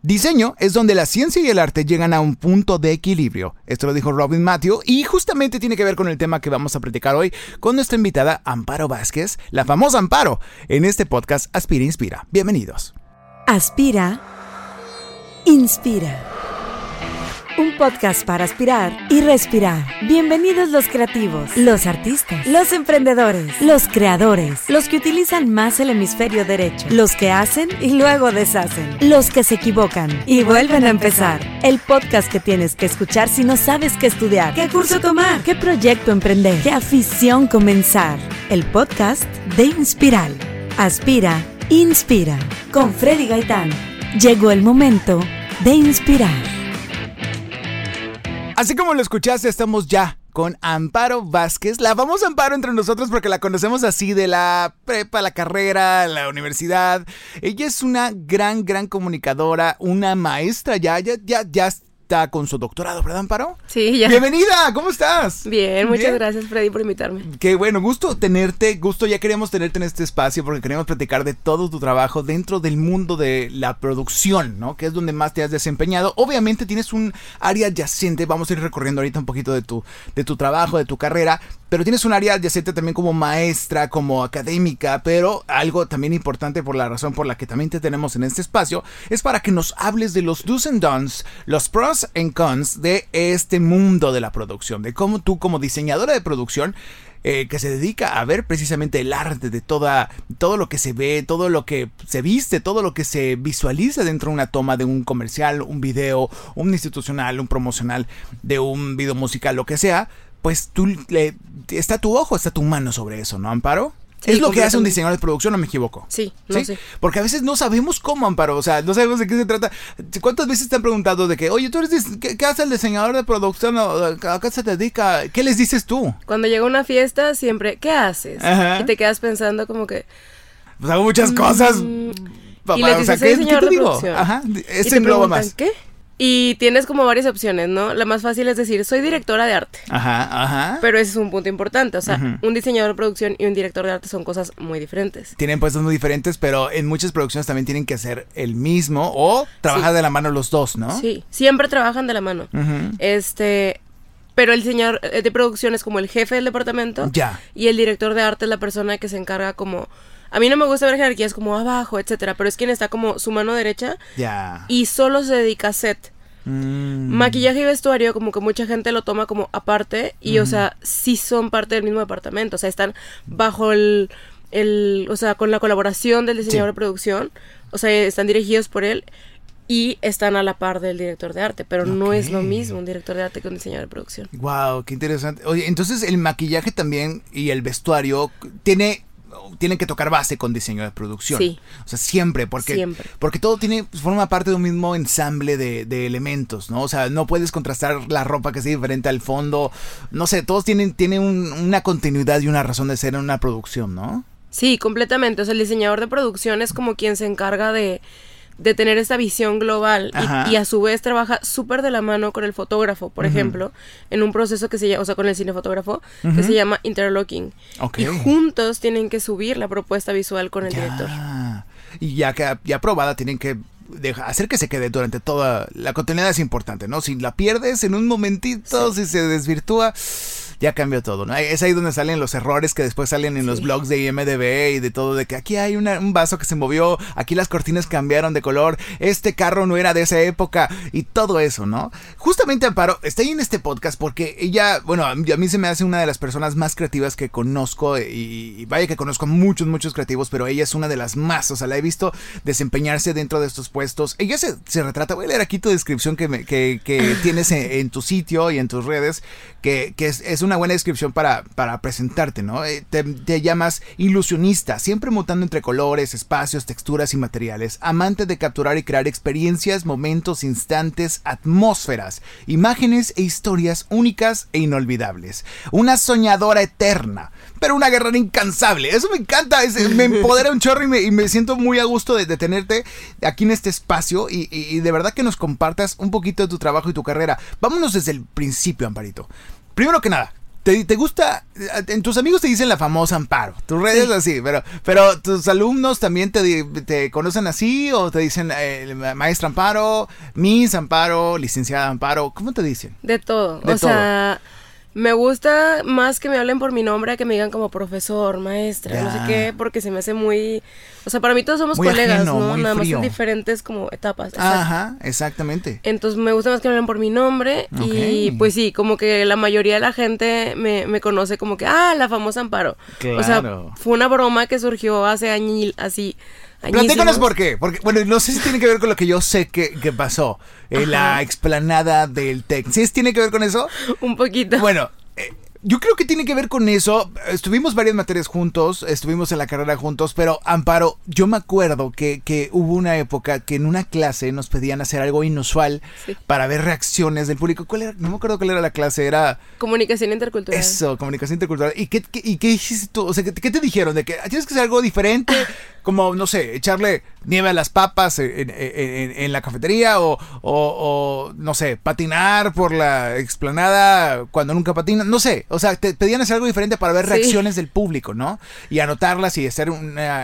Diseño es donde la ciencia y el arte llegan a un punto de equilibrio. Esto lo dijo Robin Matthew y justamente tiene que ver con el tema que vamos a platicar hoy con nuestra invitada Amparo Vázquez, la famosa Amparo, en este podcast Aspira Inspira. Bienvenidos. Aspira, Inspira. Un podcast para aspirar y respirar. Bienvenidos los creativos, los artistas, los emprendedores, los creadores, los que utilizan más el hemisferio derecho, los que hacen y luego deshacen, los que se equivocan y vuelven a empezar. El podcast que tienes que escuchar si no sabes qué estudiar, qué curso tomar, qué proyecto emprender, qué afición comenzar. El podcast de Inspiral. Aspira, Inspira. Con Freddy Gaitán. Llegó el momento de inspirar. Así como lo escuchaste, estamos ya con Amparo Vázquez, la famosa Amparo entre nosotros porque la conocemos así de la prepa, la carrera, la universidad. Ella es una gran comunicadora, una maestra, ya está con su doctorado, ¿verdad, Amparo? Sí, ya. Bienvenida, ¿cómo estás? Bien, muchas gracias, Freddy, por invitarme. Qué bueno, gusto tenerte, ya queríamos tenerte en este espacio porque queríamos platicar de todo tu trabajo dentro del mundo de la producción, ¿no? Que es donde más te has desempeñado. Obviamente tienes un área adyacente, vamos a ir recorriendo ahorita un poquito de tu trabajo, de tu carrera, pero tienes un área adyacente también como maestra, como académica, pero algo también importante por la razón por la que también te tenemos en este espacio, es para que nos hables de los do's and don'ts, los pros and cons de este mundo de la producción, de cómo tú como diseñadora de producción, que se dedica a ver precisamente el arte de todo lo que se ve, todo lo que se viste, todo lo que se visualiza dentro de una toma de un comercial, un video, un institucional, un promocional, de un video musical, lo que sea, pues está tu ojo, está tu mano sobre eso, ¿no, Amparo? Sí, ¿es lo que hace un diseñador de producción o me equivoco? Sí, no sé. Porque a veces no sabemos cómo, Amparo, o sea, no sabemos de qué se trata. ¿Cuántas veces te han preguntado de que, oye, tú eres, ¿qué hace el diseñador de producción? ¿A qué se dedica? ¿Qué les dices tú? Cuando llega una fiesta, siempre, ¿qué haces? Ajá. Y te quedas pensando como que... Pues hago muchas cosas. Papá, y les dices, soy diseñador de producción. Ajá, y te preguntan, ¿qué? Y tienes como varias opciones, ¿no? La más fácil es decir, soy directora de arte. Ajá. Pero ese es un punto importante. O sea, un diseñador de producción y un director de arte son cosas muy diferentes. Tienen puestos muy diferentes, pero en muchas producciones también tienen que hacer el mismo o trabajar de la mano los dos, ¿no? Sí, siempre trabajan de la mano. Pero el diseñador de producción es como el jefe del departamento. Ya. Y el director de arte es la persona que se encarga como... A mí no me gusta ver jerarquías como abajo, etcétera, pero es quien está como su mano derecha y solo se dedica a set. Maquillaje y vestuario, como que mucha gente lo toma como aparte y, o sea, sí son parte del mismo departamento, o sea, están bajo o sea, con la colaboración del diseñador de producción, o sea, están dirigidos por él y están a la par del director de arte, pero no es lo mismo un director de arte que un diseñador de producción. Wow, qué interesante. Oye, entonces el maquillaje también y el vestuario tienen que tocar base con diseño de producción. Sí. O sea, siempre, porque todo forma parte de un mismo ensamble de elementos, ¿no? O sea, no puedes contrastar la ropa que sea diferente al fondo. No sé, todos tienen una continuidad y una razón de ser en una producción, ¿no? Sí, completamente. O sea, el diseñador de producción es como quien se encarga de tener esta visión global y a su vez trabaja súper de la mano con el fotógrafo, por ejemplo, en un proceso que se llama, o sea, con el cinefotógrafo, que se llama interlocking. Y juntos tienen que subir la propuesta visual con el director. Y ya aprobada tienen que hacer que se quede durante toda la continuidad. Es importante, ¿no? Si la pierdes en un momentito, si se desvirtúa, ya cambió todo, ¿no? Es ahí donde salen los errores que después salen en los blogs de IMDb y de todo, de que aquí hay un vaso que se movió, aquí las cortinas cambiaron de color, este carro no era de esa época y todo eso, ¿no? Justamente Amparo está ahí en este podcast porque ella, bueno, a mí se me hace una de las personas más creativas que conozco y vaya que conozco a muchos creativos, pero ella es una de las más, o sea, la he visto desempeñarse dentro de estos puestos. Ella se retrata, voy a leer aquí tu descripción que tienes en tu sitio y en tus redes, que es una buena descripción para presentarte, ¿no? Te llamas ilusionista, siempre mutando entre colores, espacios, texturas y materiales, amante de capturar y crear experiencias, momentos, instantes, atmósferas, imágenes e historias únicas e inolvidables. Una soñadora eterna, pero una guerrera incansable. Eso me encanta, me empodera un chorro y me siento muy a gusto de tenerte aquí en este espacio y de verdad que nos compartas un poquito de tu trabajo y tu carrera. Vámonos desde el principio, Amparito. Primero que nada, ¿Te gusta? En tus amigos te dicen la famosa Amparo, tus redes así, pero tus alumnos también te conocen así o te dicen maestra Amparo, Miss Amparo, licenciada Amparo, ¿cómo te dicen? De todo, o sea, me gusta más que me hablen por mi nombre a que me digan como profesor, maestra, no sé qué, porque se me hace muy... O sea, para mí todos somos muy colegas, ajeno, ¿no? Nada más en diferentes como etapas. Ajá, exactamente. Entonces me gusta más que me hablen por mi nombre y pues sí, como que la mayoría de la gente me conoce como que, la famosa Amparo. Claro. O sea, fue una broma que surgió hace años, así... Platícanos por qué. Porque, bueno, no sé si tiene que ver con lo que yo sé que pasó. La explanada del TEC. ¿Sí tiene que ver con eso? Un poquito. Bueno, yo creo que tiene que ver con eso. Estuvimos varias materias juntos, estuvimos en la carrera juntos, pero Amparo, yo me acuerdo que hubo una época que en una clase nos pedían hacer algo inusual para ver reacciones del público. ¿Cuál era? No me acuerdo cuál era la clase, era... Comunicación intercultural. Eso, comunicación intercultural. ¿Y qué hiciste tú? O sea, ¿qué te dijeron? ¿De que tienes que hacer algo diferente? Como, no sé, echarle nieve a las papas en la cafetería o, no sé, patinar por la explanada cuando nunca patinan. No sé, o sea, te pedían hacer algo diferente para ver reacciones del público, ¿no? Y anotarlas y hacer una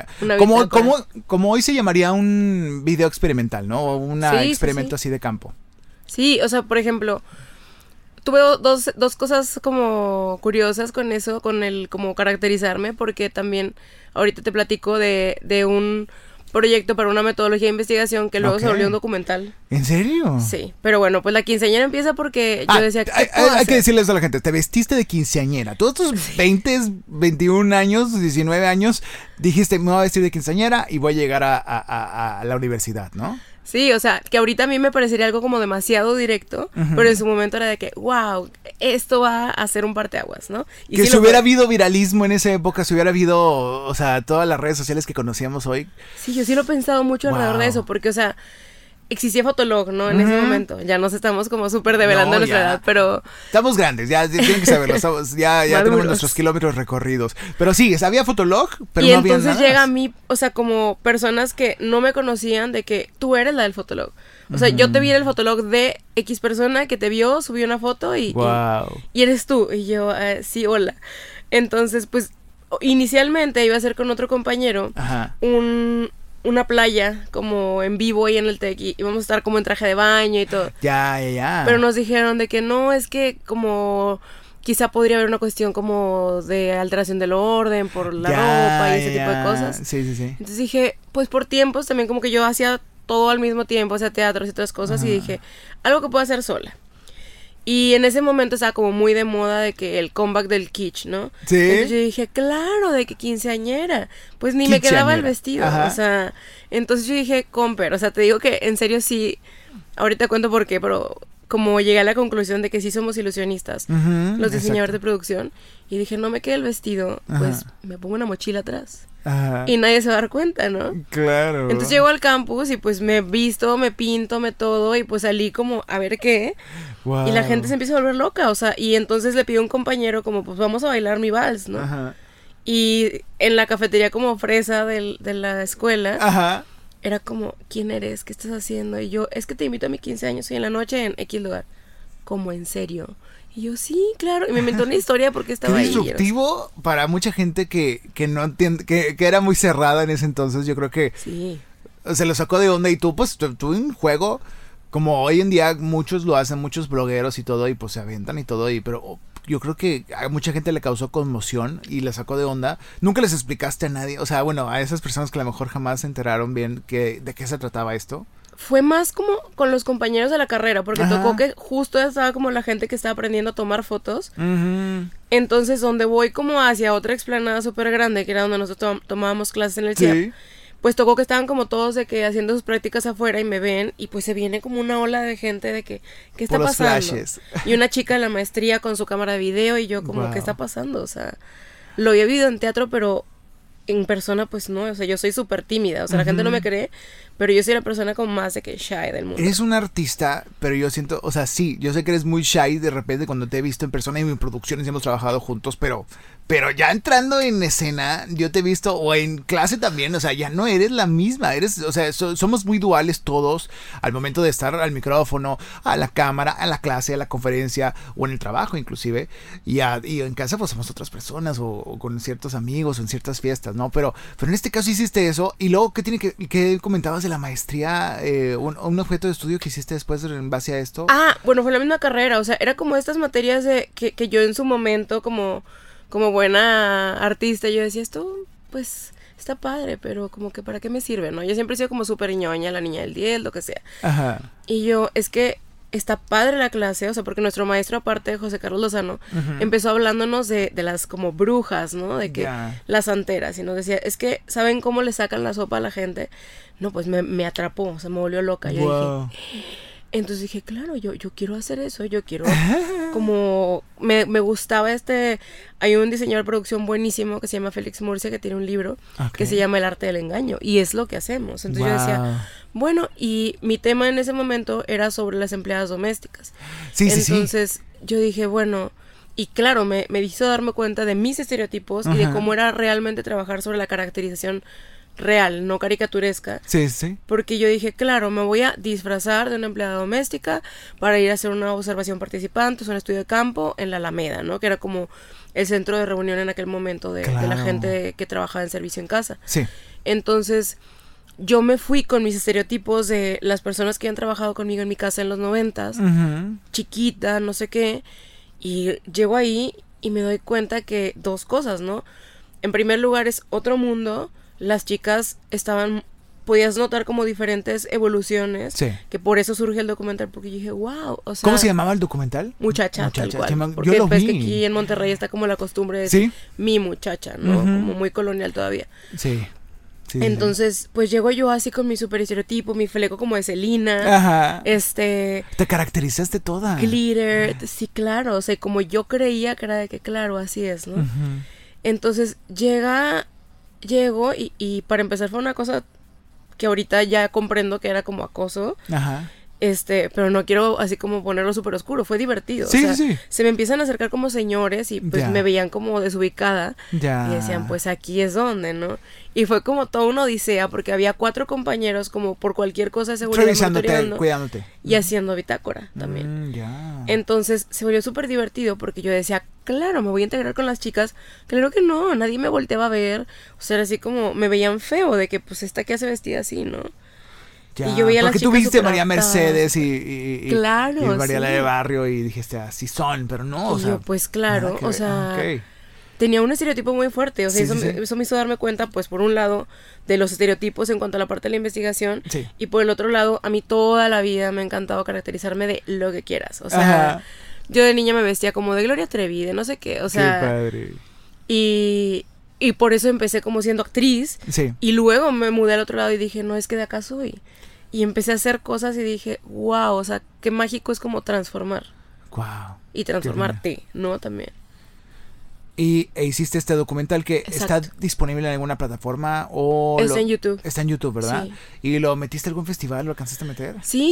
como hoy se llamaría un video experimental, ¿no? O un experimento así de campo. Sí, o sea, por ejemplo... Tuve dos cosas como curiosas con eso, con el como caracterizarme, porque también ahorita te platico de un proyecto para una metodología de investigación que luego se volvió un documental. ¿En serio? Sí, pero bueno, pues la quinceañera empieza porque yo decía... Hay que decirles a la gente, te vestiste de quinceañera. Todos tus 20, 21 años, 19 años, dijiste, me voy a vestir de quinceañera y voy a llegar a la universidad, ¿no? Sí, o sea, que ahorita a mí me parecería algo como demasiado directo, pero en su momento era de que, wow, esto va a ser un parteaguas, ¿no? Y que si hubiera habido viralismo en esa época, si hubiera habido, o sea, todas las redes sociales que conocíamos hoy. Sí, yo sí lo he pensado mucho alrededor de eso, porque, o sea, existía Fotolog, ¿no? En ese momento. Ya nos estamos como súper develando nuestra edad, pero... Estamos grandes, ya tienen que saberlo. Ya tenemos nuestros kilómetros recorridos. Pero sí, había Fotolog, pero y no había nada. Y entonces llega a mí, o sea, como personas que no me conocían de que tú eres la del Fotolog. O sea, yo te vi en el Fotolog de X persona que te vio, subió una foto y eres tú. Y yo, sí, hola. Entonces, pues, inicialmente iba a ser con otro compañero una playa como en vivo ahí en el TEC y íbamos a estar como en traje de baño y todo. Ya. Pero nos dijeron de que no, es que como quizá podría haber una cuestión como de alteración del orden por la ropa y ese tipo de cosas. Sí. Entonces dije, pues por tiempos también como que yo hacía todo al mismo tiempo, hacía teatros y todas cosas y dije, algo que puedo hacer sola. Y en ese momento estaba como muy de moda de que el comeback del kitsch, ¿no? Sí. Entonces yo dije, claro, de que quinceañera. Pues ni me quedaba el vestido. O sea, entonces yo dije, comper. O sea, te digo que en serio sí, ahorita cuento por qué, pero como llegué a la conclusión de que sí somos ilusionistas, los diseñadores de producción, y dije, no me quede el vestido, pues me pongo una mochila atrás. Y nadie se va a dar cuenta, ¿no? Claro. Entonces llego al campus y pues me visto, me pinto, me todo y pues salí como a ver qué. Y la gente se empieza a volver loca, o sea, y entonces le pido a un compañero como pues vamos a bailar mi vals, ¿no? Y en la cafetería como fresa de la escuela, era como, ¿quién eres? ¿Qué estás haciendo? Y yo, es que te invito a mi 15 años y en la noche en X lugar. Como, ¿en serio? Y yo, sí, claro. Y me inventó una historia porque estaba ahí. Disruptivo para mucha gente que no entiende, que era muy cerrada en ese entonces. Yo creo que se lo sacó de onda. Y tú, pues, tú un juego, como hoy en día muchos lo hacen, muchos blogueros y todo, y pues se aventan y todo. Pero yo creo que a mucha gente le causó conmoción y le sacó de onda. Nunca les explicaste a nadie, o sea, bueno, a esas personas que a lo mejor jamás se enteraron bien de qué se trataba esto. Fue más como con los compañeros de la carrera, porque tocó que justo estaba como la gente que estaba aprendiendo a tomar fotos. Entonces, donde voy como hacia otra explanada súper grande, que era donde nosotros tomábamos clases en el CIAP, pues tocó que estaban como todos de que haciendo sus prácticas afuera y me ven, y pues se viene como una ola de gente de que, ¿qué está pasando? Flashes. Y una chica de la maestría con su cámara de video y yo como, ¿qué está pasando? O sea, lo había vivido en teatro, pero en persona pues no, o sea, yo soy súper tímida, o sea, la gente no me cree, Pero yo soy la persona como más de que shy del mundo. Eres un artista, pero yo siento, o sea, sí, yo sé que eres muy shy de repente cuando te he visto en persona y en producciones y hemos trabajado juntos, pero ya entrando en escena, yo te he visto, o en clase también, o sea, ya no eres la misma, o sea, somos muy duales todos al momento de estar al micrófono, a la cámara, a la clase, a la conferencia, o en el trabajo inclusive, y en casa pues somos otras personas, o con ciertos amigos, o en ciertas fiestas, ¿no? Pero en este caso hiciste eso, y luego, ¿qué comentabas de la maestría? Un objeto de estudio que hiciste después en base a esto. Bueno, fue la misma carrera, o sea, era como estas materias que yo en su momento como buena artista, yo decía, esto pues está padre, pero como que ¿para qué me sirve, no? Yo siempre he sido como súper ñoña, la niña del 10, lo que sea. Ajá. Y yo, es que está padre la clase, o sea, porque nuestro maestro, aparte de José Carlos Lozano, empezó hablándonos de las como brujas, ¿no? De que las santeras, y nos decía, es que, ¿saben cómo le sacan la sopa a la gente? No, pues me atrapó, o sea, me volvió loca. Yo dije... Entonces dije, claro, yo quiero hacer eso, yo quiero como... Me gustaba hay un diseñador de producción buenísimo que se llama Félix Murcia, que tiene un libro que se llama El arte del engaño, y es lo que hacemos. Entonces yo decía, bueno, y mi tema en ese momento era sobre las empleadas domésticas. Entonces yo dije, bueno... Y claro, me hizo darme cuenta de mis estereotipos y de cómo era realmente trabajar sobre la caracterización real, no caricaturesca. Sí, sí. Porque yo dije, claro, me voy a disfrazar de una empleada doméstica para ir a hacer una observación participante, un estudio de campo en la Alameda, ¿no? Que era como el centro de reunión en aquel momento de la gente que trabajaba en servicio en casa. Sí. Entonces, yo me fui con mis estereotipos de las personas que han trabajado conmigo en mi casa en los 90s, chiquita, no sé qué, y llego ahí y me doy cuenta que dos cosas, ¿no? En primer lugar es otro mundo. Las chicas podías notar como diferentes evoluciones, que por eso surge el documental, porque yo dije, wow, o sea... ¿Cómo se llamaba el documental? Muchacha, tal cual, porque yo lo vi. Que aquí en Monterrey está como la costumbre de decir, mi muchacha, ¿no? Como muy colonial todavía. Sí. Entonces, pues llego yo así con mi super estereotipo, mi fleco como de Selena. Te caracterizaste toda. Glitter, sí, claro, o sea, como yo creía que era de que, claro, así es, ¿no? Entonces, llego y para empezar fue una cosa que ahorita ya comprendo que era como acoso. Pero no quiero así como ponerlo súper oscuro, fue divertido. Se me empiezan a acercar como señores y pues me veían como desubicada. Y decían, pues aquí es donde, ¿no? Y fue como toda una odisea porque había 4 compañeros como por cualquier cosa de seguridad revisándote, cuidándote. Y haciendo bitácora también. Entonces se volvió súper divertido porque yo decía, claro, me voy a integrar con las chicas. Claro que no, nadie me volteaba a ver. O sea, era así como me veían feo de que pues esta que hace vestida así, ¿no? Y yo veía porque tú viste María Mercedes y Mariela de Barrio y dijiste, así son, pero no, o sea... Yo, pues claro, o sea... Tenía un estereotipo muy fuerte, o sea, eso me hizo darme cuenta, pues, por un lado, de los estereotipos en cuanto a la parte de la investigación, y por el otro lado, a mí toda la vida me ha encantado caracterizarme de lo que quieras, o sea, yo de niña me vestía como de Gloria Trevi, de no sé qué, o sea... Qué padre. Y por eso empecé como siendo actriz, y luego me mudé al otro lado y dije, no, es que de acá soy. Y empecé a hacer cosas y dije, wow, o sea, qué mágico es como transformar. Wow. Y transformarte, ¿no? También. Y hiciste este documental que está disponible en alguna plataforma o... Está en YouTube. Está en YouTube, ¿verdad? Sí. ¿Y lo metiste a algún festival? ¿Lo alcanzaste a meter? Sí.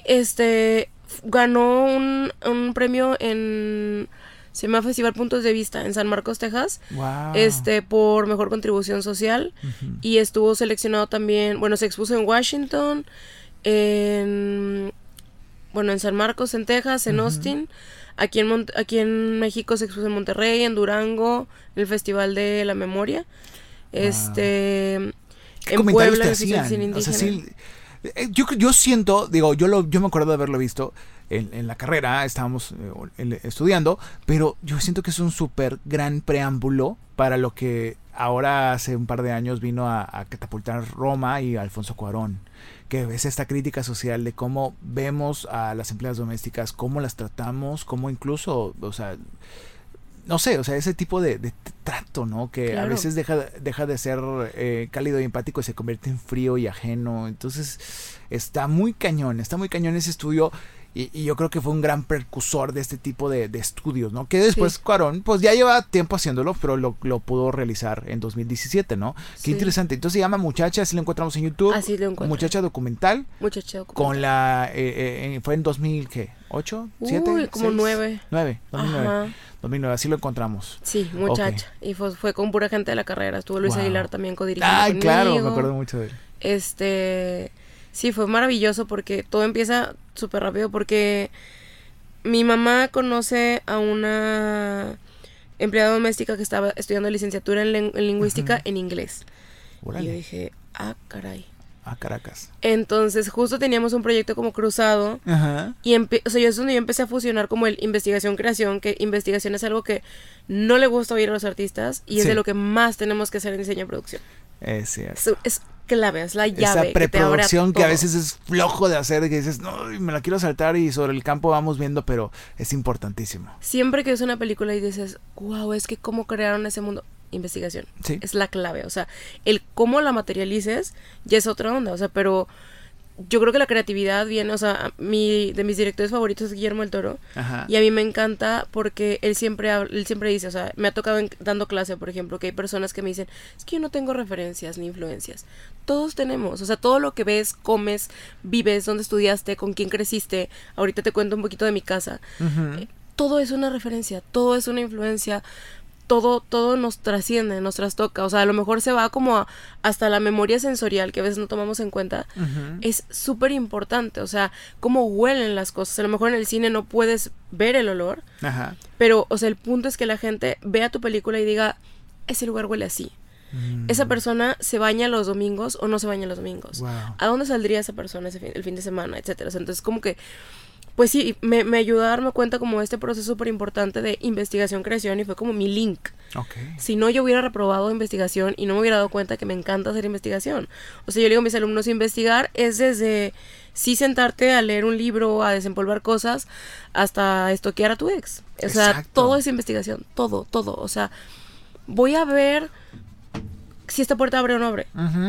Ganó un premio en... Se llama Festival Puntos de Vista en San Marcos, Texas. Wow. Por mejor contribución social. Y estuvo seleccionado también... Bueno, se expuso en Washington, en San Marcos, en Texas, en Austin. Aquí en México se expuso en Monterrey, en Durango, en el Festival de la Memoria. Wow. En Puebla, en el Cine Indígena. O sea, yo siento, digo, yo me acuerdo de haberlo visto en la carrera, estábamos estudiando, pero yo siento que es un súper gran preámbulo para lo que ahora hace un par de años vino a catapultar Roma y Alfonso Cuarón, que es esta crítica social de cómo vemos a las empleadas domésticas, cómo las tratamos, cómo incluso, o sea, no sé, o sea, ese tipo de trato, ¿no? Que a veces deja de ser cálido y empático y se convierte en frío y ajeno. Entonces, está muy cañón ese estudio. Y yo creo que fue un gran precursor de este tipo de estudios, ¿no? Que después Cuarón, pues ya lleva tiempo haciéndolo, pero lo pudo realizar en 2017, ¿no? Qué interesante. Entonces se llama Muchacha, así lo encontramos en YouTube. Así lo encuentro. Muchacha documental. Con la, fue en 2000, ¿qué? ¿8? ¿7? Uy, como 6, 9. 2009, así lo encontramos. Sí, Muchacha. Okay. Y fue con pura gente de la carrera. Estuvo Luis Aguilar también codirigiendo conmigo. Claro, me acuerdo mucho de él. Sí, fue maravilloso porque todo empieza súper rápido porque mi mamá conoce a una empleada doméstica que estaba estudiando licenciatura en lingüística en inglés. Y yo dije, caray. Caracas. Entonces justo teníamos un proyecto como cruzado y es donde yo empecé a fusionar como el investigación-creación, que investigación es algo que no le gusta oír a los artistas y es de lo que más tenemos que hacer en diseño y producción. Es cierto. Es clave, es la llave. Esa preproducción que a veces es flojo de hacer, que dices, no, me la quiero saltar y sobre el campo vamos viendo, pero es importantísimo. Siempre que ves una película y dices, wow, es que cómo crearon ese mundo, investigación. Sí. Es la clave, o sea, el cómo la materialices ya es otra onda, o sea, pero yo creo que la creatividad viene, o sea, de mis directores favoritos es Guillermo del Toro. Y a mí me encanta porque él siempre dice, o sea, me ha tocado dando clase, por ejemplo, que hay personas que me dicen, es que yo no tengo referencias ni influencias. Todos tenemos, o sea, todo lo que ves, comes, vives, dónde estudiaste, con quién creciste. Ahorita te cuento un poquito de mi casa. Todo es una referencia, todo es una influencia. Todo nos trasciende, nos trastoca, o sea, a lo mejor se va como hasta la memoria sensorial que a veces no tomamos en cuenta. Es súper importante, o sea, cómo huelen las cosas. A lo mejor en el cine no puedes ver el olor, pero, o sea, el punto es que la gente vea tu película y diga, ese lugar huele así. Esa persona se baña los domingos o no se baña los domingos. ¿A dónde saldría esa persona el fin de semana, etcétera? O sea, entonces como que pues sí, me ayudó a darme cuenta como este proceso súper importante de investigación-creación y fue como mi link. Si no, yo hubiera reprobado investigación y no me hubiera dado cuenta que me encanta hacer investigación. O sea, yo le digo a mis alumnos, investigar es desde sí sentarte a leer un libro, a desempolvar cosas, hasta estoquear a tu ex. O sea, todo es investigación, todo. O sea, voy a ver si esta puerta abre o no abre.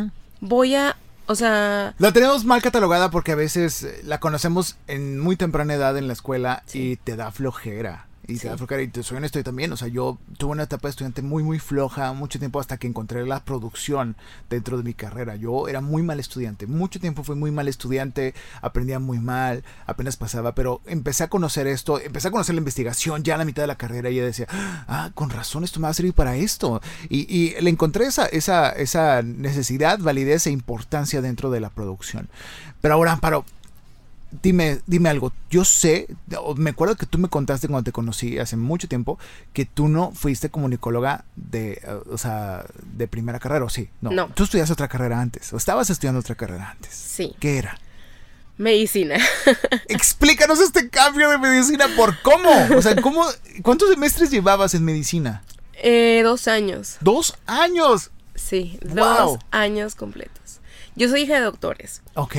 O sea, la tenemos mal catalogada porque a veces la conocemos en muy temprana edad en la escuela y te da flojera. Y te da flojera, y te soy honesto, yo también, o sea, yo tuve una etapa de estudiante muy, muy floja, mucho tiempo hasta que encontré la producción dentro de mi carrera. Yo era muy mal estudiante, mucho tiempo fui muy mal estudiante, aprendía muy mal, apenas pasaba, pero empecé a conocer esto, empecé a conocer la investigación ya a la mitad de la carrera y yo decía, con razón, esto me va a servir para esto. Y le encontré esa necesidad, validez e importancia dentro de la producción. Pero ahora, Amparo, Dime algo, yo sé, me acuerdo que tú me contaste cuando te conocí hace mucho tiempo que tú no fuiste comunicóloga de primera carrera, ¿o sí? No. Tú estudiaste otra carrera antes, o estabas estudiando otra carrera antes. Sí. ¿Qué era? Medicina. Explícanos este cambio de medicina, ¿por cómo? O sea, ¿cuántos semestres llevabas en medicina? 2 años. ¿2 años? Sí, 2 años completos. Yo soy hija de doctores. Ok.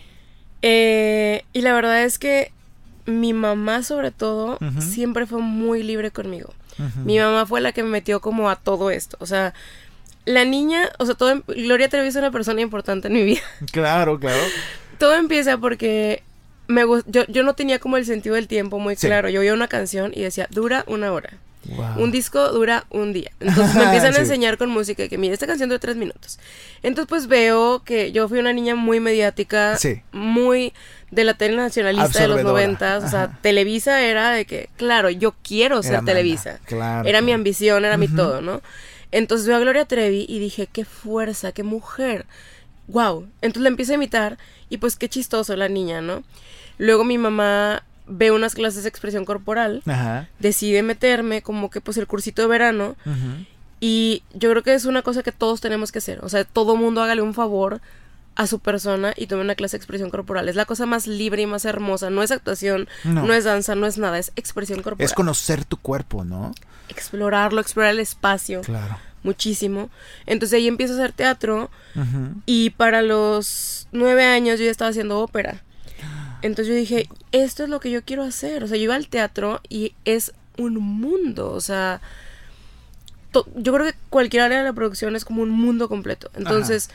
Y la verdad es que mi mamá, sobre todo, siempre fue muy libre conmigo. Mi mamá fue la que me metió como a todo esto. O sea, la niña, o sea, Gloria Trevi es una persona importante en mi vida. Claro. Todo empieza porque yo no tenía como el sentido del tiempo muy claro. Yo oía una canción y decía, dura 1 hora. Wow. Un disco dura 1 día. Entonces me empiezan a enseñar con música que mira, esta canción dura 3 minutos. Entonces pues veo que yo fui una niña muy mediática, muy de la tele nacionalista de los 90s. O sea, Televisa era de que, claro, yo quiero ser Televisa. Era mi ambición, era mi todo, ¿no? Entonces veo a Gloria Trevi y dije, qué fuerza, qué mujer. Wow. Entonces la empiezo a imitar y pues qué chistoso la niña, ¿no? Luego mi mamá ve unas clases de expresión corporal, decide meterme como que pues el cursito de verano, y yo creo que es una cosa que todos tenemos que hacer. O sea, todo mundo hágale un favor a su persona y tome una clase de expresión corporal. Es la cosa más libre y más hermosa. No es actuación, no es danza, no es nada, es expresión corporal. Es conocer tu cuerpo, ¿no? Explorarlo, explorar el espacio. Claro. Muchísimo. Entonces ahí empiezo a hacer teatro y para los 9 años yo ya estaba haciendo ópera. Entonces yo dije, esto es lo que yo quiero hacer. O sea, yo iba al teatro y es un mundo. O sea, yo creo que cualquier área de la producción es como un mundo completo. Entonces,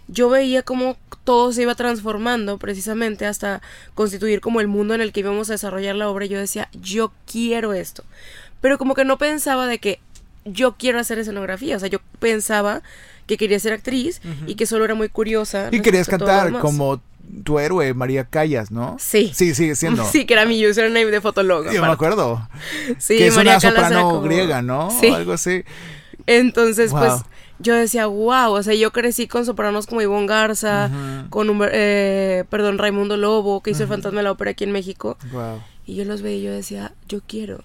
yo veía cómo todo se iba transformando precisamente hasta constituir como el mundo en el que íbamos a desarrollar la obra. Y yo decía, yo quiero esto. Pero como que no pensaba de que yo quiero hacer escenografía. O sea, yo pensaba que quería ser actriz y que solo era muy curiosa. Y querías cantar como tu héroe, María Callas, ¿no? Sí. Sí, sigue siendo. Sí, que era mi username de Fotolog. Yo me acuerdo. Sí, que es María una Callas soprano como... griega, ¿no? Sí. O algo así. Entonces, pues, yo decía, wow, o sea, yo crecí con sopranos como Ivonne Garza, con Raimundo Lobo, que hizo El Fantasma de la Ópera aquí en México. Wow. Y yo los veía y yo decía, yo quiero.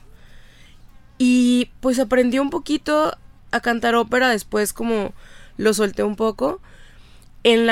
Y pues aprendí un poquito a cantar ópera, después como lo solté un poco. En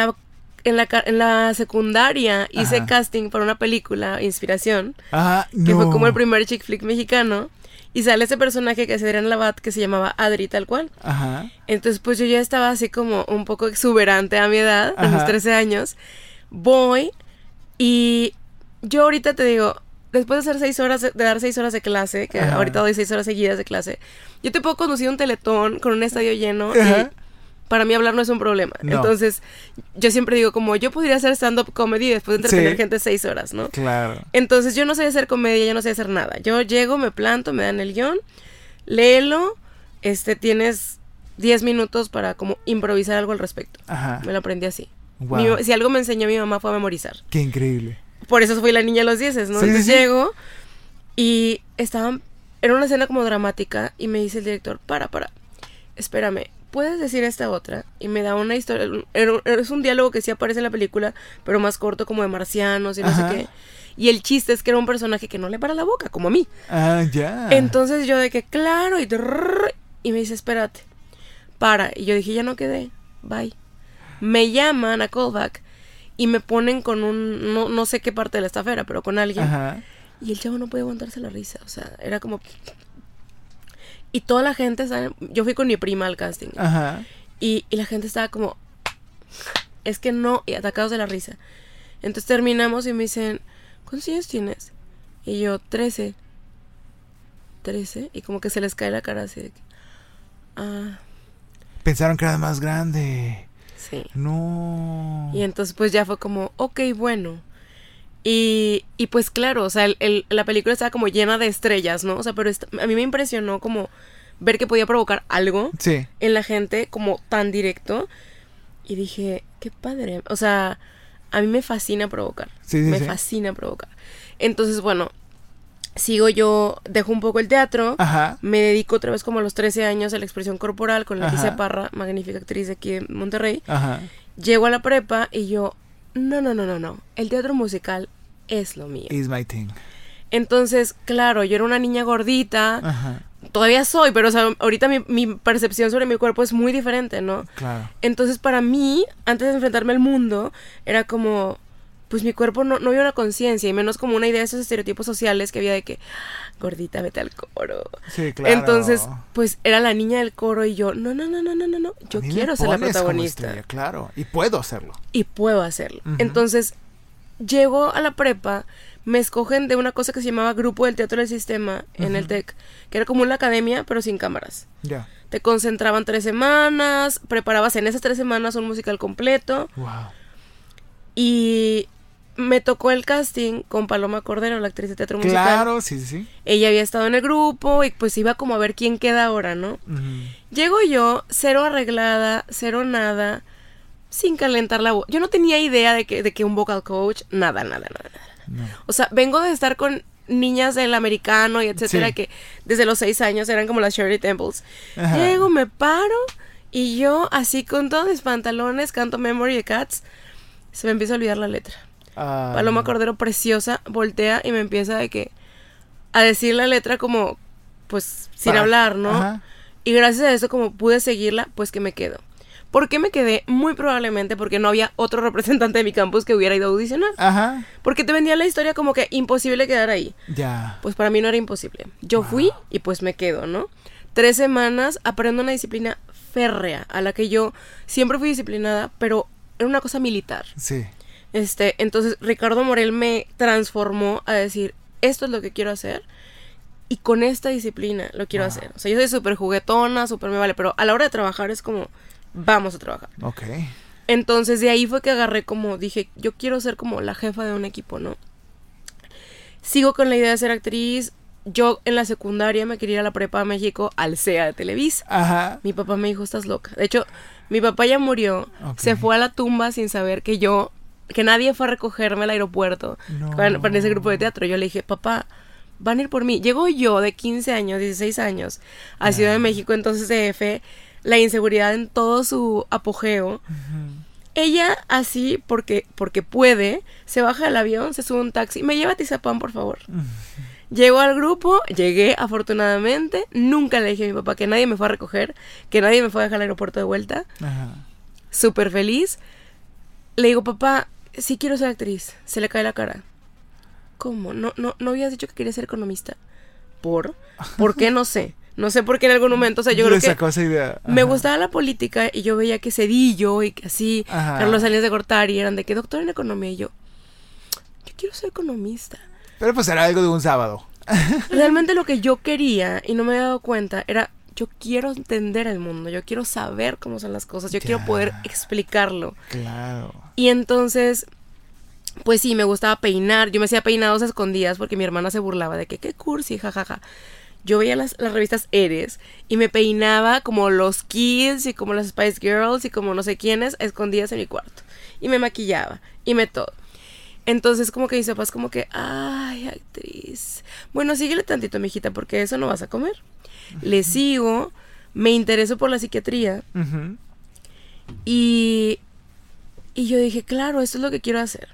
la secundaria hice casting para una película, Inspiración, que fue como el primer chick flick mexicano. Y sale ese personaje que es Adrián Labat, que se llamaba Adri, tal cual. Entonces, pues yo ya estaba así como un poco exuberante a mi edad, a mis 13 años. Voy y yo ahorita te digo, después de hacer 6 horas, de dar 6 horas de clase, que ahorita doy 6 horas seguidas de clase, yo te puedo conducir un teletón con un estadio lleno y para mí hablar no es un problema. No. Entonces, yo siempre digo como, yo podría hacer stand-up comedy después de entretener gente 6 horas, ¿no? Claro. Entonces, yo no sé hacer comedia, yo no sé hacer nada. Yo llego, me planto, me dan el guión, léelo, tienes 10 minutos para como improvisar algo al respecto. Me lo aprendí así. Wow. Si algo me enseñó mi mamá fue a memorizar. Qué increíble. Por eso fui la niña de los 10, ¿no? Entonces llego y era una escena como dramática y me dice el director, para, espérame, ¿puedes decir esta otra? Y me da una historia, es un diálogo que sí aparece en la película, pero más corto, como de marcianos y no sé qué. Y el chiste es que era un personaje que no le para la boca, como a mí. Ya. Entonces yo de que, claro, y me dice, espérate, para. Y yo dije, ya no quedé, bye. Me llaman a callback y me ponen con no sé qué parte de la estafa era, pero con alguien. Y el chavo no podía aguantarse la risa, o sea, era como... Y toda la gente, yo fui con mi prima al casting. Y la gente estaba como, es que no, y atacados de la risa. Entonces terminamos y me dicen, ¿cuántos años tienes? Y yo, 13. 13, y como que se les cae la cara así de que, pensaron que era más grande. Sí. No. Y entonces pues ya fue como, ok, bueno. Y pues claro, o sea, la película estaba como llena de estrellas, ¿no? O sea, pero a mí me impresionó como ver que podía provocar algo en la gente como tan directo. Y dije, qué padre. O sea, a mí me fascina provocar. Me fascina provocar. Entonces, bueno, dejo un poco el teatro. Me dedico otra vez como a los 13 años a la expresión corporal con Leticia Parra, magnífica actriz de aquí de Monterrey. Llego a la prepa y yo... No. El teatro musical es lo mío. Is my thing. Entonces, claro, yo era una niña gordita. Todavía soy, pero o sea, ahorita mi percepción sobre mi cuerpo es muy diferente, ¿no? Claro. Entonces, para mí, antes de enfrentarme al mundo, era como... Pues mi cuerpo no había una conciencia, y menos como una idea de esos estereotipos sociales que había de que... Gordita, vete al coro. Sí, claro. Entonces, pues era la niña del coro y yo, no. Yo quiero ser la protagonista. Estrella, claro, y puedo hacerlo. Entonces, llego a la prepa, me escogen de una cosa que se llamaba Grupo del Teatro del Sistema en el TEC, que era como una academia, pero sin cámaras. Ya. Te concentraban 3 semanas, preparabas en esas 3 semanas un musical completo. Wow. Y... me tocó el casting con Paloma Cordero, la actriz de teatro musical. Claro, sí. Ella había estado en el grupo y pues iba como a ver quién queda ahora, ¿no? Llego yo, 0 arreglada, 0 nada, sin calentar la voz. Yo no tenía idea de que un vocal coach, nada. No. O sea, vengo de estar con niñas del americano y etcétera, que desde los 6 años eran como las Shirley Temples. Llego, me paro y yo así con todos mis pantalones canto Memory de Cats. Se me empieza a olvidar la letra. Paloma Cordero, preciosa, voltea y me empieza a decir la letra como, pues, sin hablar, ¿no? Y gracias a eso, como pude seguirla, pues que me quedo. ¿Por qué me quedé? Muy probablemente porque no había otro representante de mi campus que hubiera ido a audicionar. Porque te vendían la historia como que imposible quedar ahí. Ya. Pues para mí no era imposible. Yo fui y pues me quedo, ¿no? 3 semanas, aprendo una disciplina férrea, a la que yo siempre fui disciplinada, pero era una cosa militar. Sí. Entonces Ricardo Morel me transformó a decir, esto es lo que quiero hacer y con esta disciplina lo quiero hacer. O sea, yo soy súper juguetona, súper me vale, pero a la hora de trabajar es como, vamos a trabajar. Ok. Entonces de ahí fue que agarré como, dije, yo quiero ser como la jefa de un equipo, ¿no? Sigo con la idea de ser actriz. Yo en la secundaria me quería ir a la prepa a México al CEA de Televisa. Ajá. Mi papá me dijo, estás loca. De hecho, mi papá ya murió, se fue a la tumba sin saber que nadie fue a recogerme al aeropuerto para ese grupo de teatro. Yo le dije, papá, van a ir por mí. Llego yo de 15 años, 16 años a Ciudad de México, entonces DF, la inseguridad en todo su apogeo. Ella así, porque puede, se baja del avión, se sube a un taxi, me lleva a Tizapán, por favor. Llego al grupo, llegué afortunadamente, nunca le dije a mi papá que nadie me fue a recoger, que nadie me fue a dejar al aeropuerto de vuelta. Súper feliz. Le digo, papá, sí quiero ser actriz. Se le cae la cara. ¿Cómo? ¿No habías dicho que querías ser economista? ¿Por qué? No sé. No sé por qué en algún momento, o sea, yo creo que sacó esa idea. Me gustaba la política y yo veía que Cedillo y que así, Carlos Salinas de Gortari eran de que doctor en economía y yo quiero ser economista. Pero pues era algo de un sábado. Realmente lo que yo quería, y no me había dado cuenta, era yo quiero entender el mundo, yo quiero saber cómo son las cosas, yo quiero poder explicarlo. Claro. Y entonces, pues sí, me gustaba peinar, yo me hacía peinados a escondidas porque mi hermana se burlaba de que qué cursi, jajaja. Yo veía las revistas Eres y me peinaba como los Kids y como las Spice Girls y como no sé quiénes a escondidas en mi cuarto. Y me maquillaba y todo. Entonces como que mis papás como que, ay, actriz. Bueno, síguele tantito, mijita, porque eso no vas a comer. Le sigo, me intereso por la psiquiatría. Y yo dije, claro, esto es lo que quiero hacer.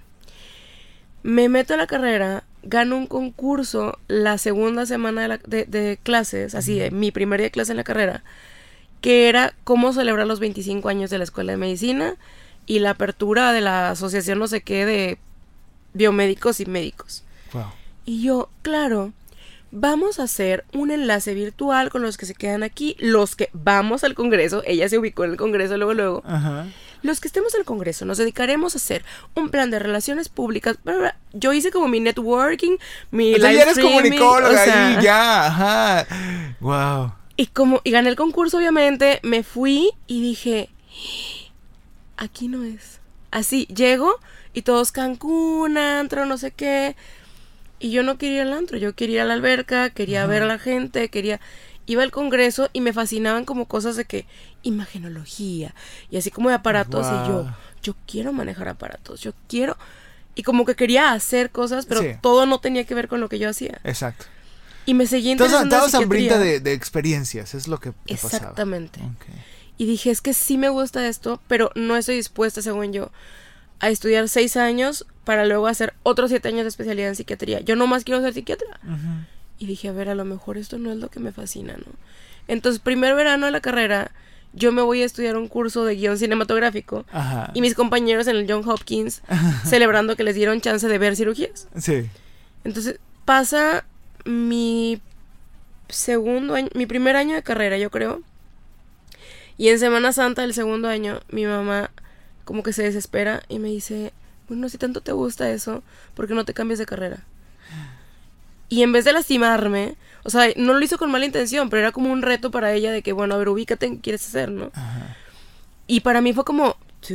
Me meto a la carrera, gano un concurso la segunda semana de clases, así de mi primer día de clase en la carrera, que era cómo celebrar los 25 años de la Escuela de Medicina y la apertura de la asociación no sé qué de biomédicos y médicos. Wow. Y yo, claro, vamos a hacer un enlace virtual con los que se quedan aquí, los que vamos al congreso, ella se ubicó en el congreso luego. Los que estemos en el congreso nos dedicaremos a hacer un plan de relaciones públicas. Yo hice como mi networking, mi live ya eres streaming, comunicóloga ahí, ya, wow. Y gané el concurso, obviamente, me fui y dije, aquí no es. Así, llego y todos Cancún, antro, no sé qué. Y yo no quería ir al antro, yo quería ir a la alberca, quería ver a la gente, iba al congreso y me fascinaban como cosas de que imagenología y así como de aparatos. Y yo quiero manejar aparatos, yo quiero, y como que quería hacer cosas, pero todo no tenía que ver con lo que yo hacía. Exacto. Y me seguí interesando en la psiquiatría. Estabas hambrienta de experiencias, es lo que te pasaba. Exactamente. Okay. Y dije, es que sí me gusta esto, pero no estoy dispuesta, según yo, a estudiar 6 años para luego hacer otros 7 años de especialidad en psiquiatría. Yo nomás quiero ser psiquiatra. Y dije, a ver, a lo mejor esto no es lo que me fascina, ¿no? Entonces, primer verano de la carrera, yo me voy a estudiar un curso de guión cinematográfico. Y mis compañeros en el Johns Hopkins celebrando que les dieron chance de ver cirugías. Sí. Entonces, pasa mi primer año de carrera, yo creo. Y en Semana Santa del segundo año, mi mamá como que se desespera y me dice, bueno, si tanto te gusta eso, ¿por qué no te cambias de carrera? Y en vez de lastimarme, o sea, no lo hizo con mala intención, pero era como un reto para ella de que, bueno, a ver, ubícate, ¿qué quieres hacer, no? Y para mí fue como,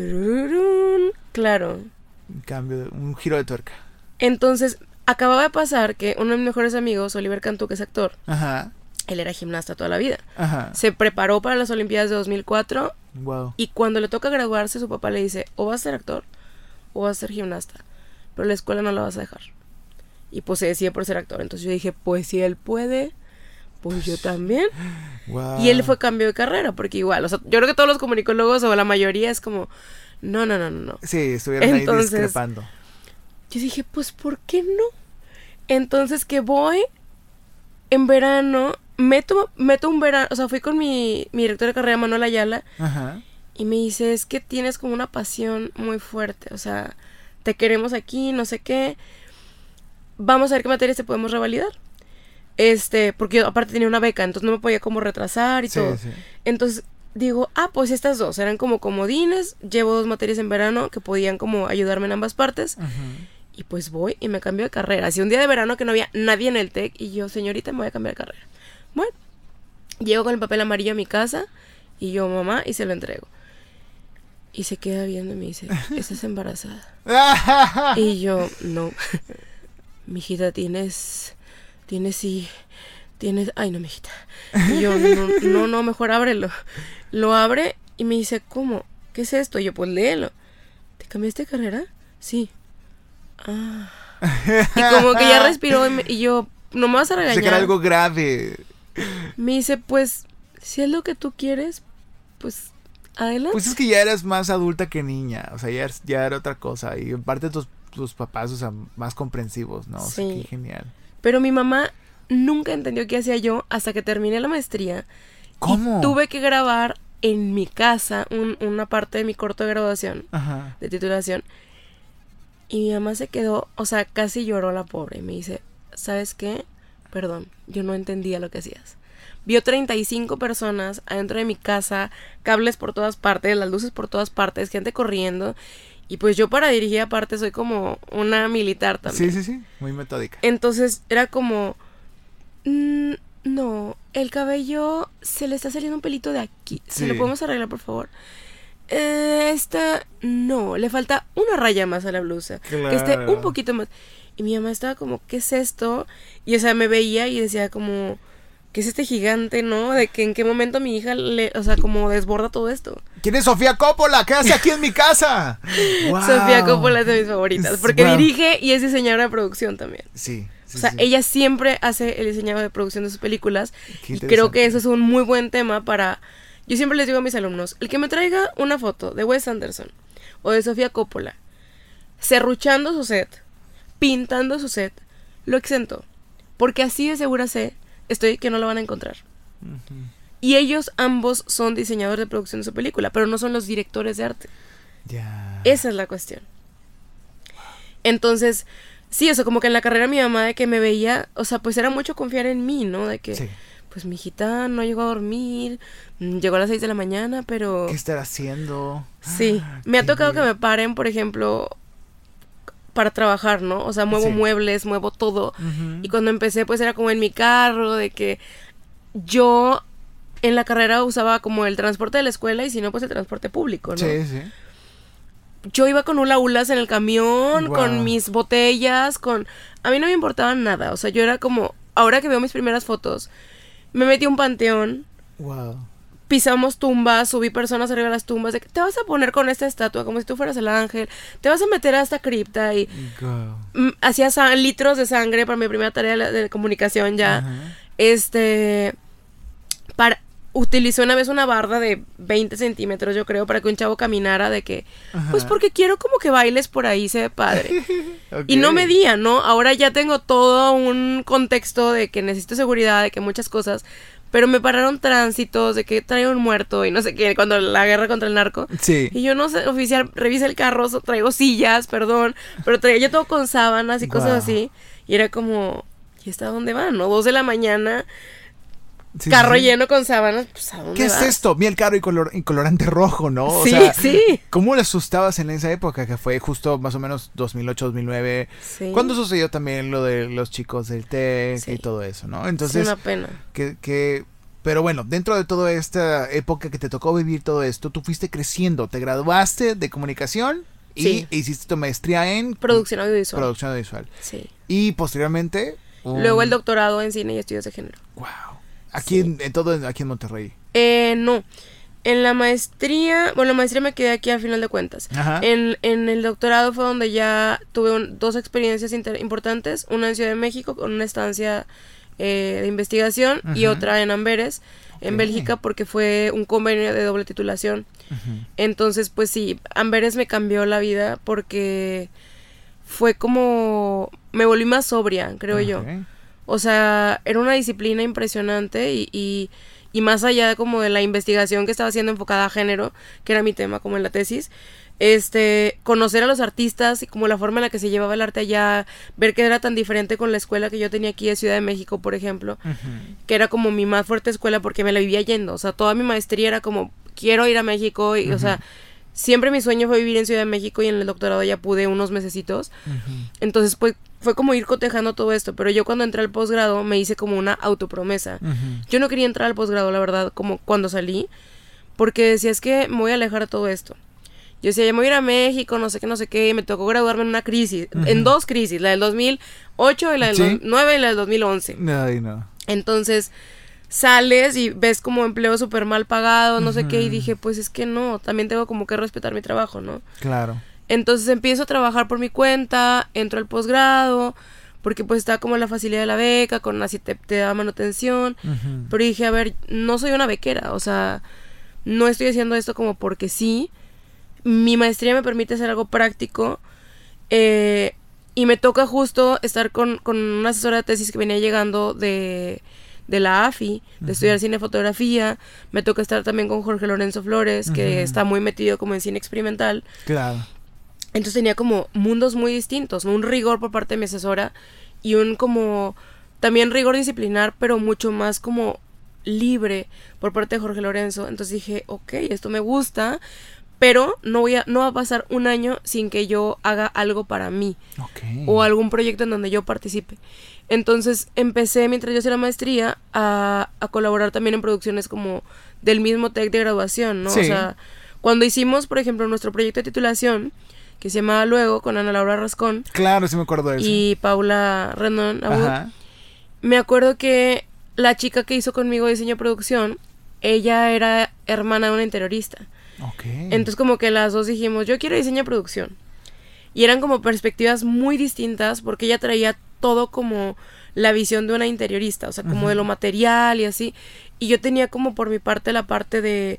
claro. Un giro de tuerca. Entonces, acababa de pasar que uno de mis mejores amigos, Oliver Cantú, que es actor, él era gimnasta toda la vida. Se preparó para las Olimpiadas de 2004. Wow. Y cuando le toca graduarse, su papá le dice, o vas a ser actor o vas a ser gimnasta, pero la escuela no la vas a dejar. Y pues se decide por ser actor. Entonces yo dije, pues si él puede, pues yo también. Wow. Y él fue cambio de carrera, porque igual, o sea, yo creo que todos los comunicólogos o la mayoría es como, no. Sí, estuvieron ahí discrepando. Yo dije, pues ¿por qué no? Entonces que voy en verano, meto un verano, o sea, fui con mi director de carrera, Manuel Ayala, y me dice, es que tienes como una pasión muy fuerte, o sea, te queremos aquí, no sé qué, vamos a ver qué materias te podemos revalidar. Porque yo aparte tenía una beca, entonces no me podía como retrasar y todo. Sí. Entonces digo, pues estas dos eran como comodines, llevo 2 materias en verano que podían como ayudarme en ambas partes. Y pues voy y me cambio de carrera. Así un día de verano que no había nadie en el TEC y yo, señorita, me voy a cambiar de carrera. Bueno, llego con el papel amarillo a mi casa y yo, mamá, y se lo entrego. Y se queda viendo y me dice, ¿estás embarazada? Y yo, no. Mijita, tienes, ay no, mijita. Y yo, no, mejor ábrelo. Lo abre y me dice, ¿cómo? ¿Qué es esto? Y yo, pues léelo. ¿Te cambiaste de carrera? Sí. Ah. Y como que ya respiró y yo, no me vas a regañar. Sé que era algo grave. Me dice, pues, si es lo que tú quieres, pues, adelante. Pues es que ya eras más adulta que niña, o sea, ya era otra cosa. Y en parte tus papás, o sea, más comprensivos, ¿no? O sea, sí. Qué genial. Pero mi mamá nunca entendió qué hacía yo hasta que terminé la maestría. ¿Cómo? Y tuve que grabar en mi casa una parte de mi corto de graduación, ajá, de titulación. Y mi mamá se quedó, o sea, casi lloró la pobre. Y me dice, ¿sabes qué? Perdón, yo no entendía lo que hacías. Vio 35 personas adentro de mi casa, cables por todas partes, las luces por todas partes, gente corriendo. Y pues yo para dirigir aparte soy como una militar también. Sí, muy metódica. Entonces era como, no, el cabello se le está saliendo un pelito de aquí. Sí. ¿Se lo podemos arreglar, por favor? No, le falta una raya más a la blusa. Claro. Que esté un poquito más. Y mi mamá estaba como, ¿qué es esto? Y o sea, me veía y decía como, ¿qué es este gigante, no? De que en qué momento mi hija o sea, como desborda todo esto. ¿Quién es Sofía Coppola? ¿Qué hace aquí en mi casa? Wow. Sofía Coppola es de mis favoritas, porque dirige y es diseñadora de producción también. Sí. O sea, ella siempre hace el diseño de producción de sus películas. Y creo que eso es un muy buen tema para... Yo siempre les digo a mis alumnos, el que me traiga una foto de Wes Anderson o de Sofía Coppola, serruchando su set, pintando su set, lo exento. Porque así de segura estoy que no lo van a encontrar. Uh-huh. Y ellos ambos son diseñadores de producción de su película, pero no son los directores de arte. Yeah. Esa es la cuestión. Entonces, sí, eso como que en la carrera mi mamá de que me veía, o sea, pues era mucho confiar en mí, ¿no? De que, pues mi hijita no llegó a dormir, llegó a las 6 de la mañana, pero... ¿Qué estará haciendo? Sí, me ha tocado que me paren, por ejemplo, para trabajar, ¿no? O sea, muevo muebles, muevo todo. Uh-huh. Y cuando empecé, pues era como en mi carro, de que yo en la carrera usaba como el transporte de la escuela y si no, pues el transporte público, ¿no? Sí. Yo iba con hula hulas en el camión, con mis botellas, a mí no me importaba nada, o sea, yo era como... Ahora que veo mis primeras fotos, me metí a un panteón. Wow. Pisamos tumbas, subí personas arriba de las tumbas, de que te vas a poner con esta estatua como si tú fueras el ángel, te vas a meter a esta cripta y hacía litros de sangre para mi primera tarea de comunicación ya. Uh-huh. Utilicé una vez una barda de 20 centímetros, yo creo, para que un chavo caminara de que, pues porque quiero como que bailes por ahí, se ve padre. Okay. Y no medía, ¿no? Ahora ya tengo todo un contexto de que necesito seguridad, de que muchas cosas, pero me pararon tránsitos, de que traigo un muerto y no sé qué, cuando la guerra contra el narco. Sí. Y yo no sé, oficial, revisa el carro, traigo sillas, perdón, pero traía yo todo con sábanas y cosas así. Y era como, ¿y esta dónde va, no? 2 de la mañana... carro lleno con sábanas, pues ¿a dónde ¿qué vas? es esto? Miel caro y colorante rojo, ¿no? O sí, sea, sí. ¿Cómo le asustabas en esa época? Que fue justo más o menos 2008, 2009. Sí. ¿Cuándo sucedió también lo de los chicos del TEC y todo eso, no? Entonces, es una pena. Pero bueno, dentro de toda esta época que te tocó vivir todo esto, tú fuiste creciendo, te graduaste de comunicación y hiciste tu maestría en... Producción audiovisual. Producción audiovisual. Sí. Y posteriormente... Luego el doctorado en cine y estudios de género. Wow. Aquí aquí en Monterrey. No. En la maestría me quedé aquí al final de cuentas. Ajá. En el doctorado fue donde ya tuve 2 experiencias importantes, una en Ciudad de México con una estancia de investigación y otra en Amberes, en Bélgica, porque fue un convenio de doble titulación. Entonces, pues sí, Amberes me cambió la vida porque fue como... me volví más sobria, creo yo. O sea, era una disciplina impresionante y más allá como de la investigación que estaba haciendo enfocada a género, que era mi tema como en la tesis, conocer a los artistas y como la forma en la que se llevaba el arte allá, ver que era tan diferente con la escuela que yo tenía aquí de Ciudad de México, por ejemplo, que era como mi más fuerte escuela porque me la vivía yendo, o sea, toda mi maestría era como, quiero ir a México y, o sea, siempre mi sueño fue vivir en Ciudad de México y en el doctorado ya pude unos mesecitos, entonces pues fue como ir cotejando todo esto, pero yo cuando entré al posgrado me hice como una autopromesa. Yo no quería entrar al posgrado, la verdad, como cuando salí, porque decía, es que me voy a alejar de todo esto. Yo decía, ya me voy a ir a México, no sé qué, y me tocó graduarme en una crisis, en 2 crisis, la del 2008 y la del 2009 y la del 2011. Ay, no. Entonces, sales y ves como empleo súper mal pagado, no sé qué, y dije, pues es que no, también tengo como que respetar mi trabajo, ¿no? Claro. Entonces empiezo a trabajar por mi cuenta, entro al posgrado, porque pues está como la facilidad de la beca, con así te da manutención, pero dije, a ver, no soy una bequera, o sea, no estoy haciendo esto como porque sí, mi maestría me permite hacer algo práctico, y me toca justo estar con una asesora de tesis que venía llegando de la AFI, de estudiar cine y fotografía. Me toca estar también con Jorge Lorenzo Flores, que está muy metido como en cine experimental. Claro. Entonces tenía como mundos muy distintos, ¿no? Un rigor por parte de mi asesora y un como también rigor disciplinar, pero mucho más como libre por parte de Jorge Lorenzo. Entonces dije, ok, esto me gusta, pero no va a pasar un año sin que yo haga algo para mí. Okay. O algún proyecto en donde yo participe. Entonces empecé, mientras yo hacía la maestría, a colaborar también en producciones como del mismo TEC de graduación, ¿no? Sí. O sea, cuando hicimos, por ejemplo, nuestro proyecto de titulación, que se llamaba Luego, con Ana Laura Rascón. Claro, sí me acuerdo de eso. Y Paula Rendón. Me acuerdo que la chica que hizo conmigo diseño de producción, ella era hermana de una interiorista. Okay. Entonces como que las dos dijimos, yo quiero diseño de producción. Y eran como perspectivas muy distintas porque ella traía todo como la visión de una interiorista, o sea, como de lo material y así. Y yo tenía como por mi parte la parte de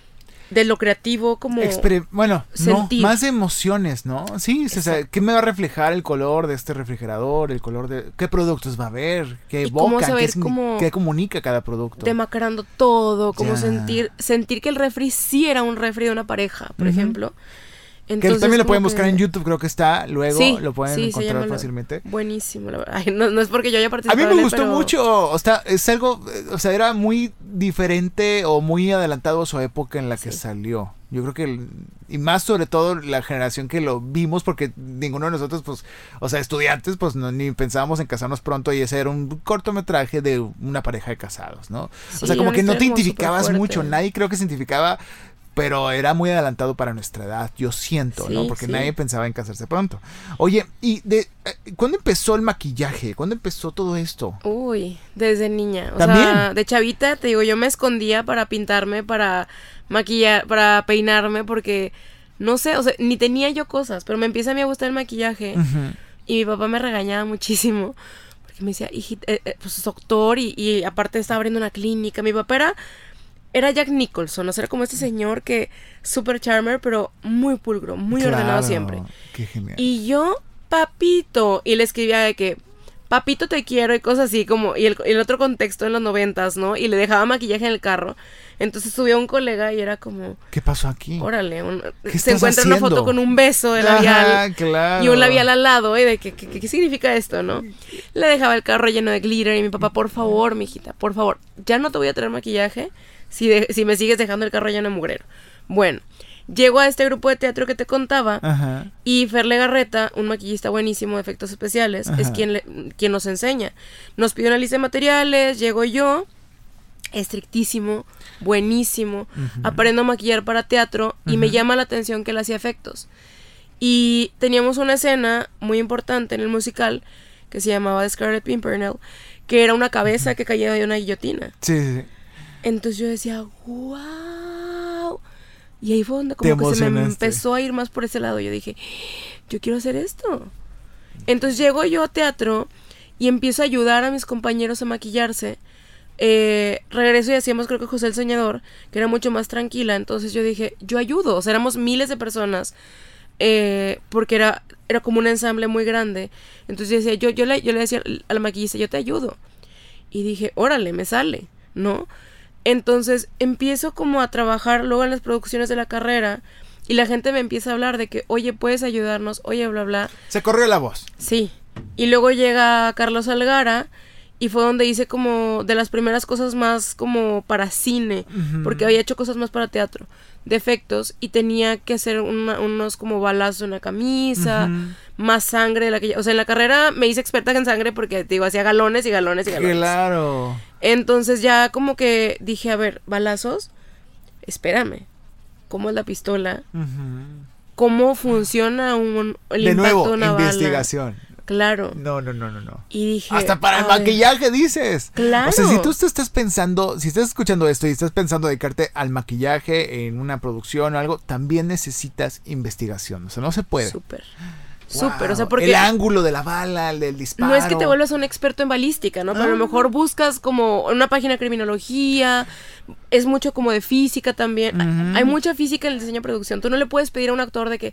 lo creativo, como bueno, sentir. No, más de emociones, ¿no? Sí, o sea, ¿qué me va a reflejar el color de este refrigerador? El color de... ¿Qué productos va a haber? ¿Qué evoca? ¿Qué comunica cada producto? Demacrando todo, como sentir que el refri sí era un refri de una pareja, por ejemplo. Entonces, que también lo pueden buscar en YouTube, creo que está, luego lo pueden encontrar fácilmente. Buenísimo, la verdad. Ay, no es porque yo haya participado. A mí me gustó mucho, o sea, es algo, o sea, era muy diferente o muy adelantado a su época en la que salió. Yo creo que, y más sobre todo la generación que lo vimos, porque ninguno de nosotros, pues, o sea, estudiantes, pues, ni pensábamos en casarnos pronto, y ese era un cortometraje de una pareja de casados, ¿no? Sí, o sea, como que no te identificabas mucho, nadie creo que se identificaba, pero era muy adelantado para nuestra edad, yo siento, ¿no? Porque nadie pensaba en casarse pronto. Oye, ¿y cuándo empezó el maquillaje? ¿Cuándo empezó todo esto? Uy, desde niña. O ¿también? sea, de chavita, te digo, yo me escondía para pintarme, para maquillar, para peinarme, porque, no sé, o sea, ni tenía yo cosas, pero me empieza a mí a gustar el maquillaje. Y mi papá me regañaba muchísimo, porque me decía, hijita, pues doctor, y aparte estaba abriendo una clínica. Mi papá era Jack Nicholson, o sea, era como este señor que super charmer, pero muy pulcro, muy ordenado siempre. Qué genial. Y yo, papito, y le escribía de que, papito te quiero y cosas así, como, y el otro contexto en los 90s, ¿no? Y le dejaba maquillaje en el carro. Entonces subía un colega y era como, ¿qué pasó aquí? Órale, se encuentra una foto con un beso de labial. Claro. Y un labial al lado, y de ¿qué significa esto, no? Le dejaba el carro lleno de glitter y mi papá, por favor, mijita, por favor, ya no te voy a traer maquillaje si me sigues dejando el carro lleno de mugrero. Bueno, llego a este grupo de teatro que te contaba. Y Fer Legarreta, un maquillista buenísimo de efectos especiales, es quien nos enseña. Nos pide una lista de materiales, llego yo, estrictísimo, buenísimo, aprendo a maquillar para teatro y me llama la atención que él hacía efectos. Y teníamos una escena muy importante en el musical que se llamaba The Scarlet Pimpernel, que era una cabeza que caía de una guillotina. Sí. Entonces yo decía, wow. Y ahí fue donde como que se me empezó a ir más por ese lado. Yo dije, yo quiero hacer esto. Entonces llego yo a teatro y empiezo a ayudar a mis compañeros a maquillarse. Regreso y hacíamos, creo que José el Soñador, que era mucho más tranquila. Entonces yo dije, yo ayudo. O sea, éramos miles de personas, porque era como un ensamble muy grande. Entonces yo decía, yo le decía al maquillista, yo te ayudo. Y dije, órale, me sale, ¿no? Entonces empiezo como a trabajar luego en las producciones de la carrera y la gente me empieza a hablar de que, oye, puedes ayudarnos, oye, bla, bla. Se corrió la voz. Sí. Y luego llega Carlos Algara y fue donde hice como de las primeras cosas más como para cine, porque había hecho cosas más para teatro, de efectos, y tenía que hacer unos como balazos en la camisa, más sangre de la que... O sea, en la carrera me hice experta en sangre porque, te digo, hacía galones y galones y galones. Claro. Entonces ya como que dije, a ver, balazos, espérame. cómo es la pistola, cómo funciona el de impacto nuevo, de una investigación. bala. Claro. No. Y dije... Hasta para el maquillaje dices. Claro. O sea, si tú te estás pensando, si estás escuchando esto y estás pensando dedicarte al maquillaje en una producción o algo, también necesitas investigación. O sea, no se puede. Súper. Wow. Súper, o sea, porque... El ángulo de la bala, el del disparo. No es que te vuelvas un experto en balística, ¿no? Pero a lo mejor buscas como una página de criminología, es mucho como de física también. Hay mucha física en el diseño de producción. Tú no le puedes pedir a un actor de que...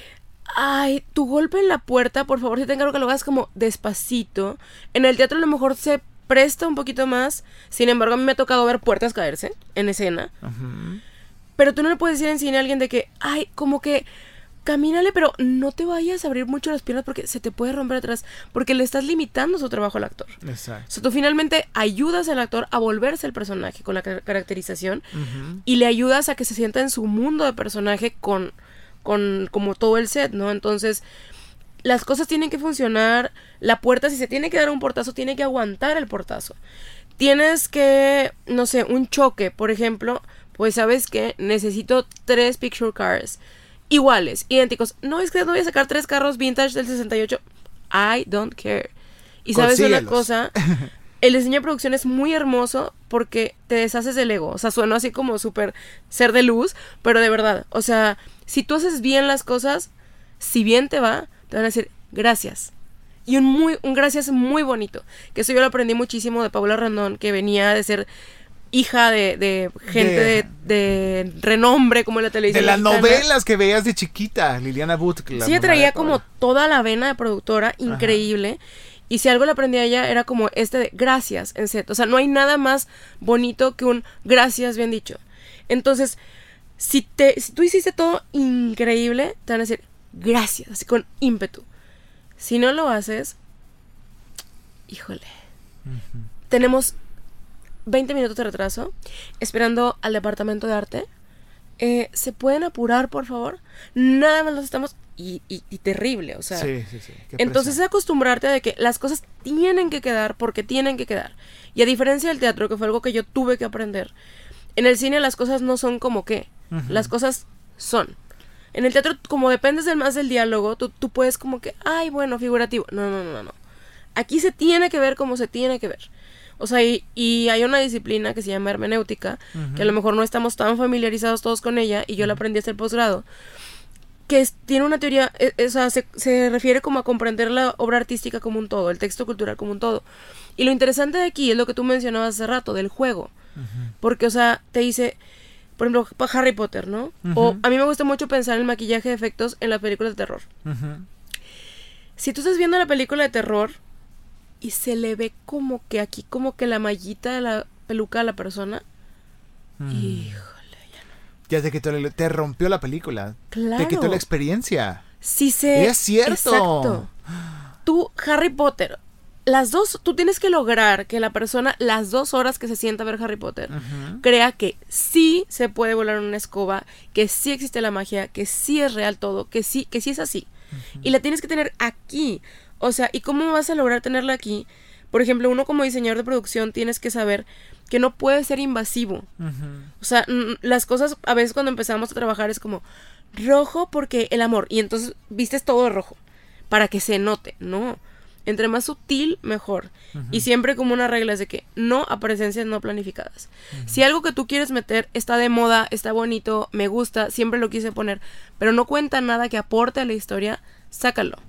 Ay, tu golpe en la puerta, por favor, si te encargo que lo hagas como despacito. En el teatro a lo mejor se presta un poquito más. Sin embargo, a mí me ha tocado ver puertas caerse en escena. Pero tú no le puedes decir en cine a alguien de que, ay, como que camínale, pero no te vayas a abrir mucho las piernas porque se te puede romper atrás. Porque le estás limitando su trabajo al actor. Exacto. O sea, tú finalmente ayudas al actor a volverse el personaje con la caracterización. Y le ayudas a que se sienta en su mundo de personaje con como todo el set, ¿no? Entonces, las cosas tienen que funcionar. La puerta, si se tiene que dar un portazo, tiene que aguantar el portazo. Tienes que, no sé, un choque, por ejemplo, pues ¿sabes qué? Necesito 3 picture cars iguales, idénticos. No es que no voy a sacar 3 carros vintage del 68. I don't care. Y ¿sabes una cosa? El diseño de producción es muy hermoso porque te deshaces del ego. O sea, suena así como súper ser de luz, pero de verdad, o sea, si tú haces bien las cosas, si bien te va, te van a decir gracias. Y un gracias muy bonito. Que eso yo lo aprendí muchísimo de Paula Rendón, que venía de ser hija de gente de renombre como en la televisión. De las novelas que veías de chiquita, Liliana Wood. Sí, traía como toda la vena de productora, increíble. Y si algo le aprendí a ella era como de gracias en set. O sea, no hay nada más bonito que un gracias bien dicho. Entonces, si tú hiciste todo increíble, te van a decir gracias, así con ímpetu. Si no lo haces, híjole, tenemos 20 minutos de retraso esperando al departamento de arte. ¿Se pueden apurar, por favor? Nada más los estamos... Y terrible, o sea. Sí. Entonces es acostumbrarte a de que las cosas tienen que quedar porque tienen que quedar. Y a diferencia del teatro, que fue algo que yo tuve que aprender, en el cine las cosas no son como que. Las cosas son. En el teatro, como dependes más del diálogo, tú puedes como que, ay, bueno, figurativo. No. Aquí se tiene que ver como se tiene que ver. O sea, y hay una disciplina que se llama hermenéutica, que a lo mejor no estamos tan familiarizados todos con ella, y yo la aprendí hasta el posgrado, que tiene una teoría, o sea, se refiere como a comprender la obra artística como un todo, el texto cultural como un todo. Y lo interesante de aquí es lo que tú mencionabas hace rato, del juego. Porque, o sea, te dice, por ejemplo, Harry Potter, ¿no? O a mí me gusta mucho pensar en el maquillaje de efectos en las películas de terror. Si tú estás viendo la película de terror y se le ve como que aquí, como que la mallita de la peluca a la persona, hijo. Ya te rompió la película. Claro. Te quitó la experiencia. Sí, es cierto. Exacto. Tú, Harry Potter, tú tienes que lograr que la persona, las 2 horas que se sienta a ver Harry Potter, crea que sí se puede volar una escoba, que sí existe la magia, que sí es real todo, que sí es así. Y la tienes que tener aquí. O sea, ¿y cómo vas a lograr tenerla aquí? Por ejemplo, uno como diseñador de producción tienes que saber que no puede ser invasivo. O sea, las cosas a veces cuando empezamos a trabajar es como rojo porque el amor, y entonces vistes todo de rojo para que se note. No, entre más sutil mejor. Y siempre como una regla es de que no a presencias no planificadas. Si algo que tú quieres meter está de moda, está bonito, me gusta, siempre lo quise poner, pero no cuenta nada que aporte a la historia, sácalo.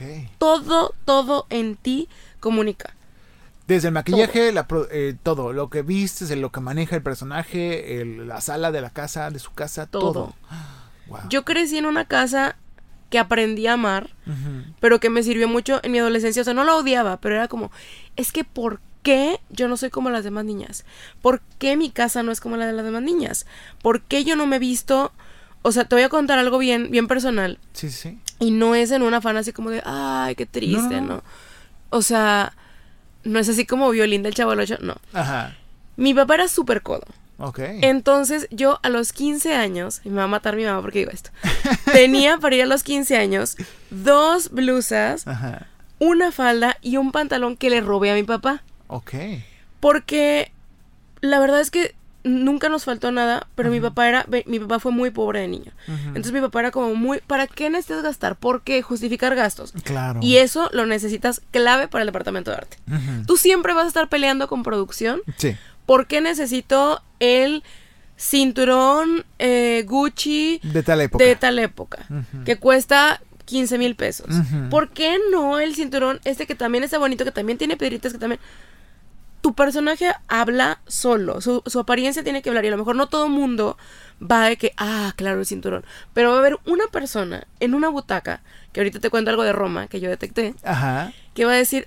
Todo en ti comunica. Desde el maquillaje, todo, lo que vistes, lo que maneja el personaje, la sala de la casa, de su casa, todo. Wow. Yo crecí en una casa que aprendí a amar, pero que me sirvió mucho en mi adolescencia. O sea, no la odiaba, pero era como, es que ¿por qué yo no soy como las demás niñas? ¿Por qué mi casa no es como la de las demás niñas? ¿Por qué yo no me he visto? O sea, te voy a contar algo bien personal. Sí. Y no es en un afán así como de, ay, qué triste, ¿no? O sea... No es así como Violín del Chavo del Ocho, no. Mi papá era súper codo. Entonces yo a los 15 años, y me va a matar mi mamá porque digo esto, tenía para ir a los 15 años 2 blusas, una falda y un pantalón que le robé a mi papá. Porque la verdad es que nunca nos faltó nada, pero mi papá fue muy pobre de niño. Entonces mi papá era como muy, ¿para qué necesitas gastar? ¿Por qué justificar gastos? Claro. Y eso lo necesitas clave para el departamento de arte. Tú siempre vas a estar peleando con producción. Sí. ¿Por qué necesito el cinturón Gucci de tal época? Que cuesta 15,000 pesos. ¿Por qué no el cinturón que también está bonito, que también tiene piedritas, que también... Tu personaje habla solo, su apariencia tiene que hablar, y a lo mejor no todo mundo va de que, claro, el cinturón, pero va a haber una persona en una butaca, que ahorita te cuento algo de Roma, que yo detecté, que va a decir,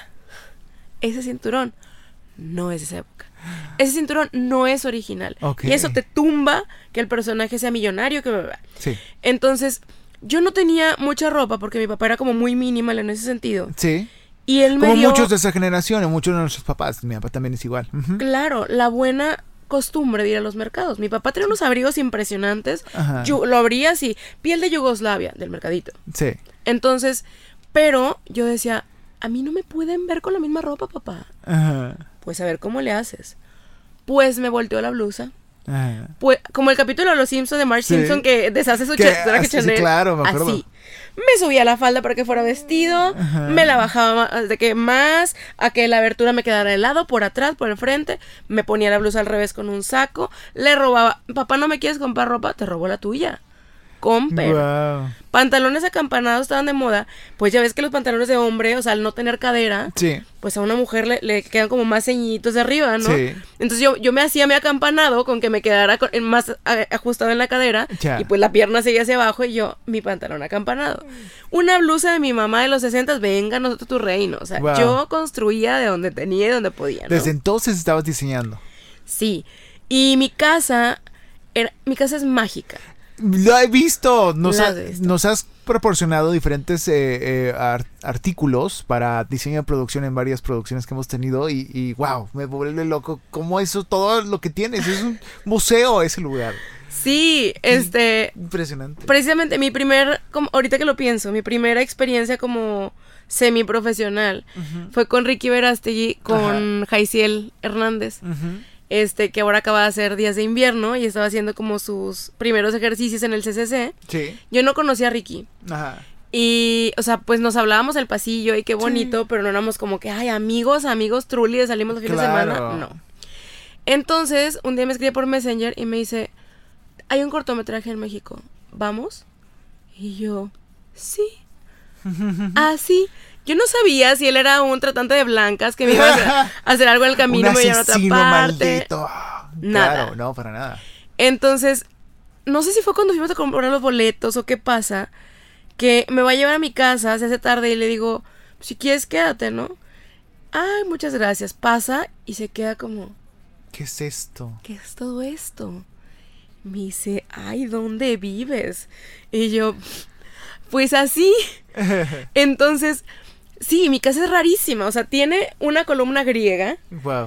ese cinturón no es de esa época, ese cinturón no es original, y eso te tumba que el personaje sea millonario, Sí. Entonces, yo no tenía mucha ropa, porque mi papá era como muy minimal en ese sentido. Sí. Y él como muchos de esa generación, y muchos de nuestros papás. Mi papá también es igual. Claro, la buena costumbre de ir a los mercados. Mi papá tenía unos abrigos impresionantes. Yo lo abría así, piel de Yugoslavia, del mercadito. Sí. Entonces, pero yo decía, a mí no me pueden ver con la misma ropa, papá. Pues a ver, ¿cómo le haces? Pues me volteó la blusa. Pues, como el capítulo de Los Simpsons de Marge Simpson, que deshace su traje Chanel. Sí, claro, me acuerdo. Así. Me subía la falda para que fuera vestido, me la bajaba más, a que la abertura me quedara de lado, por atrás, por el frente, me ponía la blusa al revés con un saco, le robaba, papá, ¿no me quieres comprar ropa? Te robo la tuya. Wow. Pantalones acampanados estaban de moda. Pues ya ves que los pantalones de hombre, o sea, al no tener cadera, pues a una mujer le quedan como más ceñiditos de arriba, ¿no? Sí. Entonces yo me hacía mi acampanado con que me quedara más ajustado en la cadera, y pues la pierna seguía hacia abajo y yo mi pantalón acampanado. Una blusa de mi mamá de los 60, venga, nosotros tu reino. O sea, yo construía de donde tenía y donde podía, ¿no? Desde entonces estabas diseñando. Sí. Y mi casa es mágica. Lo he visto. Nos has proporcionado diferentes artículos para diseño de producción en varias producciones que hemos tenido y wow, me vuelve loco cómo eso, todo lo que tienes, es un museo ese lugar. Sí, impresionante. Precisamente ahorita que lo pienso, mi primera experiencia como semiprofesional fue con Ricky Verástegui, con Jaiciel Hernández. Que ahora acaba de hacer Días de Invierno y estaba haciendo como sus primeros ejercicios en el CCC. Sí. Yo no conocía a Ricky. Y, o sea, pues nos hablábamos el pasillo y qué bonito, pero no éramos como que, amigos, truly, salimos los fines de semana. No. Entonces, un día me escribe por Messenger y me dice, hay un cortometraje en México, ¿vamos? Y yo, sí. Sí. Yo no sabía si él era un tratante de blancas que me iba a hacer algo en el camino, me iba a otra parte. Maldito. Nada. Claro, no, para nada. Entonces, no sé si fue cuando fuimos a comprar los boletos o qué pasa, que me va a llevar a mi casa, se hace tarde y le digo, si quieres quédate, ¿no? Ay, muchas gracias. Pasa y se queda como, ¿qué es esto? ¿Qué es todo esto? Me dice, ay, ¿dónde vives? Y yo, pues así. Entonces, sí, mi casa es rarísima. O sea, tiene una columna griega. Wow.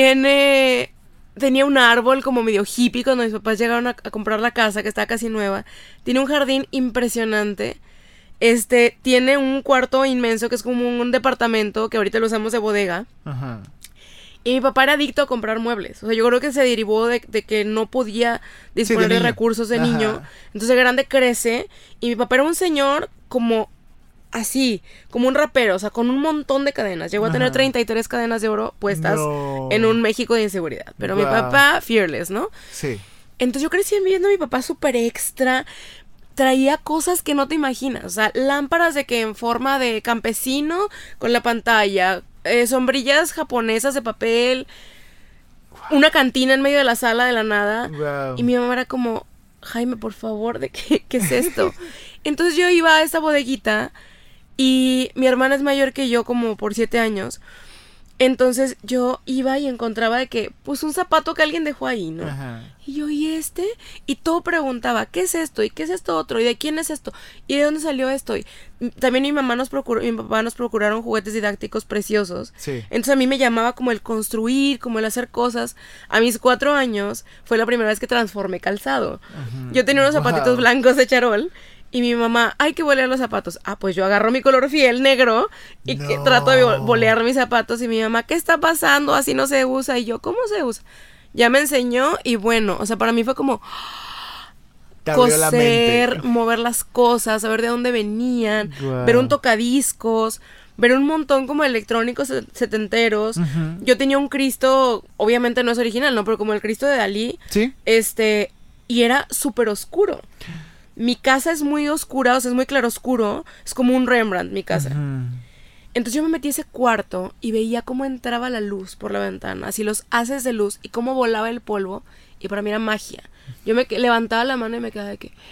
Tenía un árbol como medio hippie cuando mis papás llegaron a comprar la casa, que estaba casi nueva. Tiene un jardín impresionante. Tiene un cuarto inmenso que es como un departamento que ahorita lo usamos de bodega. Y mi papá era adicto a comprar muebles. O sea, yo creo que se derivó de que no podía disponer de recursos de niño. Entonces de grande crece. Y mi papá era un señor como así, como un rapero, o sea, con un montón de cadenas. Llegó a tener 33 cadenas de oro puestas en un México de inseguridad. Pero mi papá, fearless, ¿no? Sí. Entonces yo crecí viendo a mi papá súper extra. Traía cosas que no te imaginas. O sea, lámparas de que en forma de campesino con la pantalla, sombrillas japonesas de papel, una cantina en medio de la sala de la nada. Y mi mamá era como, Jaime, por favor, ¿qué es esto? Entonces yo iba a esta bodeguita y mi hermana es mayor que yo como por 7 años. Entonces yo iba y encontraba de que, pues un zapato que alguien dejó ahí, ¿no? Y yo, ¿y este? Y todo preguntaba, ¿qué es esto? ¿Y qué es esto otro? ¿Y de quién es esto? ¿Y de dónde salió esto? Y también mi papá nos procuraron juguetes didácticos preciosos. Sí. Entonces a mí me llamaba como el construir, como el hacer cosas. A mis 4 años fue la primera vez que transformé calzado. Yo tenía unos zapatitos blancos de charol. Y mi mamá, hay que bolear los zapatos. Pues yo agarro mi color fiel negro y trato de bolear mis zapatos. Y mi mamá, ¿qué está pasando? Así no se usa. Y yo, ¿cómo se usa? ya me enseñó y bueno, o sea, para mí fue como coser, mover las cosas, saber de dónde venían, ver un tocadiscos, ver un montón como electrónicos setenteros. Yo tenía un Cristo, obviamente no es original, ¿no? Pero como el Cristo de Dalí. Sí. Y era súper oscuro. Mi casa es muy oscura, o sea, es muy claroscuro. Es como un Rembrandt, mi casa. Entonces yo me metí a ese cuarto y veía cómo entraba la luz por la ventana, así los haces de luz y cómo volaba el polvo. Y para mí era magia. Yo me levantaba la mano y me quedaba de que...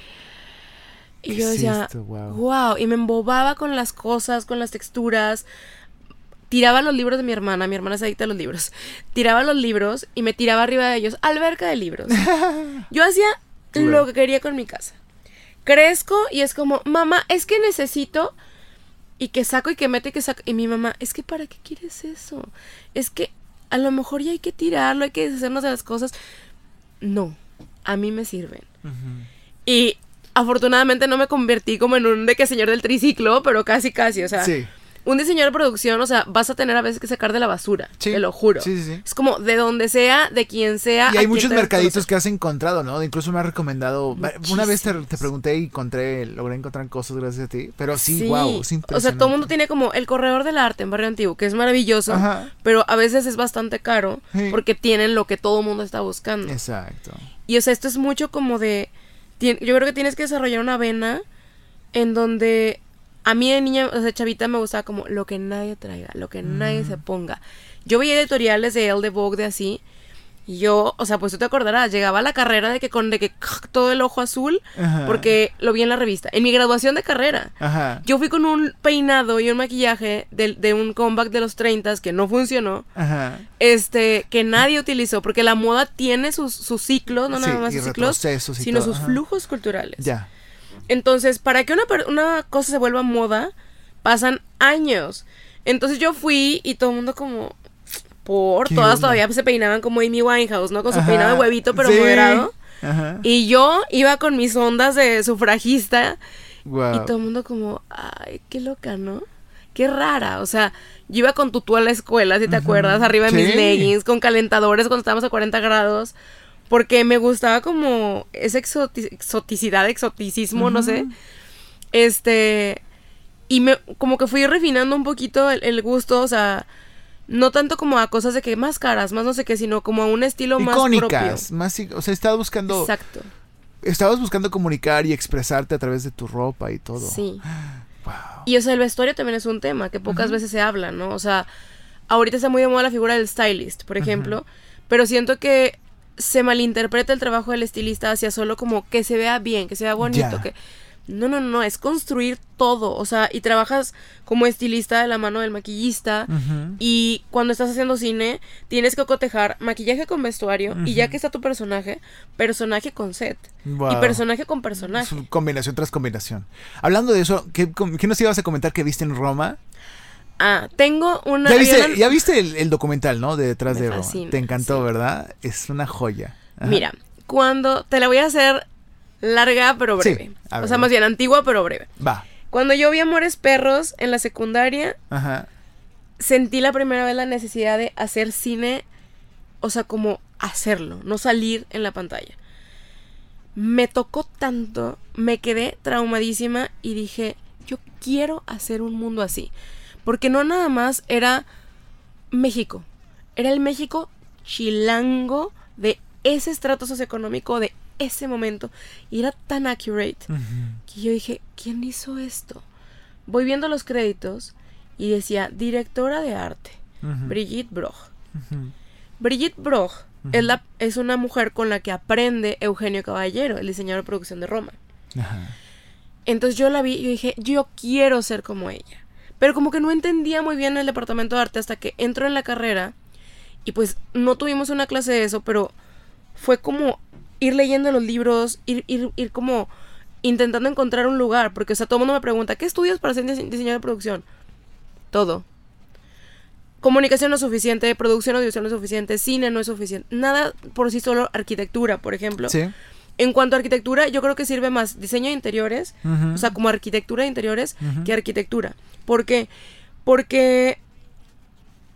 Y yo decía, wow, y me embobaba con las cosas, con las texturas. Tiraba los libros de mi hermana es adicta a los libros. Tiraba los libros y me tiraba arriba de ellos, alberca de libros. Yo hacía lo que quería con mi casa. Crezco y es como, mamá, es que necesito... Y que saco y que meto y que saco. Y mi mamá, es que ¿para qué quieres eso? Es que a lo mejor ya hay que tirarlo, hay que deshacernos de las cosas. No, a mí me sirven. Y afortunadamente no me convertí como en un de que señor del triciclo, pero casi, o sea, un diseñador de producción, o sea, vas a tener a veces que sacar de la basura, te lo juro. Es como de donde sea, de quien sea. Y hay muchos mercaditos que has encontrado, ¿no? Incluso me has recomendado, una vez te pregunté y logré encontrar cosas gracias a ti, pero wow, es impresionante. O sea, todo el mundo tiene como el corredor del arte en Barrio Antiguo, que es maravilloso, pero a veces es bastante caro, porque tienen lo que todo el mundo está buscando. Exacto. Y o sea, esto es mucho como de... Yo creo que tienes que desarrollar una vena en donde a mí de niña, o sea, chavita, me gustaba como lo que nadie traiga, lo que nadie se ponga. Yo veía editoriales de Elle, de Vogue, de así, y yo, o sea, pues tú te acordarás, llegaba a la carrera de que todo el ojo azul, porque lo vi en la revista. En mi graduación de carrera, yo fui con un peinado y un maquillaje de un comeback de los 30s que no funcionó, que nadie utilizó, porque la moda tiene sus ciclos, no nada más sus ciclos, sino sus flujos culturales. Entonces, para que una cosa se vuelva moda, pasan años. Entonces yo fui y todo el mundo como... Todas todavía se peinaban como Amy Winehouse, ¿no? Con su peinado de huevito, pero moderado. Y yo iba con mis ondas de sufragista. Y todo el mundo como, ay, qué loca, ¿no? Qué rara. O sea, yo iba con tutú a la escuela, si te acuerdas, arriba de mis leggings, con calentadores cuando estábamos a 40 grados. Porque me gustaba como esa exoticismo, no sé. Y como que fui refinando un poquito el gusto, o sea... No tanto como a cosas de que más caras, más no sé qué, sino como a un estilo icónicas, más propio. O sea, estabas buscando... Exacto. Estabas buscando comunicar y expresarte a través de tu ropa y todo. Sí. Wow. Y o sea, el vestuario también es un tema que pocas veces se habla, ¿no? O sea, ahorita está muy de moda la figura del stylist, por ejemplo, pero siento que se malinterpreta el trabajo del estilista hacia solo como que se vea bien, que se vea bonito, que... No, es construir todo, o sea, y trabajas como estilista de la mano del maquillista, y cuando estás haciendo cine, tienes que cotejar maquillaje con vestuario, y ya que está tu personaje con set, y personaje con personaje. Combinación tras combinación. Hablando de eso, ¿qué nos ibas a comentar que viste en Roma? Tengo una... ¿Ya viste el documental, ¿no? De Detrás de Roma. Te encantó, ¿verdad? Es una joya. Mira, cuando te la voy a hacer... larga pero breve. O sea, más bien antigua pero breve. Cuando yo vi Amores Perros en la secundaria, sentí la primera vez la necesidad de hacer cine, o sea, como hacerlo, no salir en la pantalla. Me tocó tanto, me quedé traumadísima y dije, yo quiero hacer un mundo así. Porque no nada más era México, era el México chilango de ese estrato socioeconómico, de ese momento, y era tan accurate que yo dije, ¿quién hizo esto? Voy viendo los créditos y decía directora de arte, Brigitte Broch. Brigitte Broch es una mujer con la que aprende Eugenio Caballero, el diseñador de producción de Roma. Entonces yo la vi y yo dije, yo quiero ser como ella, pero como que no entendía muy bien el departamento de arte hasta que entro en la carrera y pues no tuvimos una clase de eso, pero fue como ir leyendo los libros, ir como intentando encontrar un lugar, porque, o sea, todo el mundo me pregunta, ¿qué estudias para ser diseñador de producción? Todo. Comunicación no es suficiente, producción audiovisual no es suficiente, cine no es suficiente, nada por sí solo. Arquitectura, por ejemplo. En cuanto a arquitectura, yo creo que sirve más diseño de interiores, o sea, como arquitectura de interiores, que arquitectura. ¿Por qué? Porque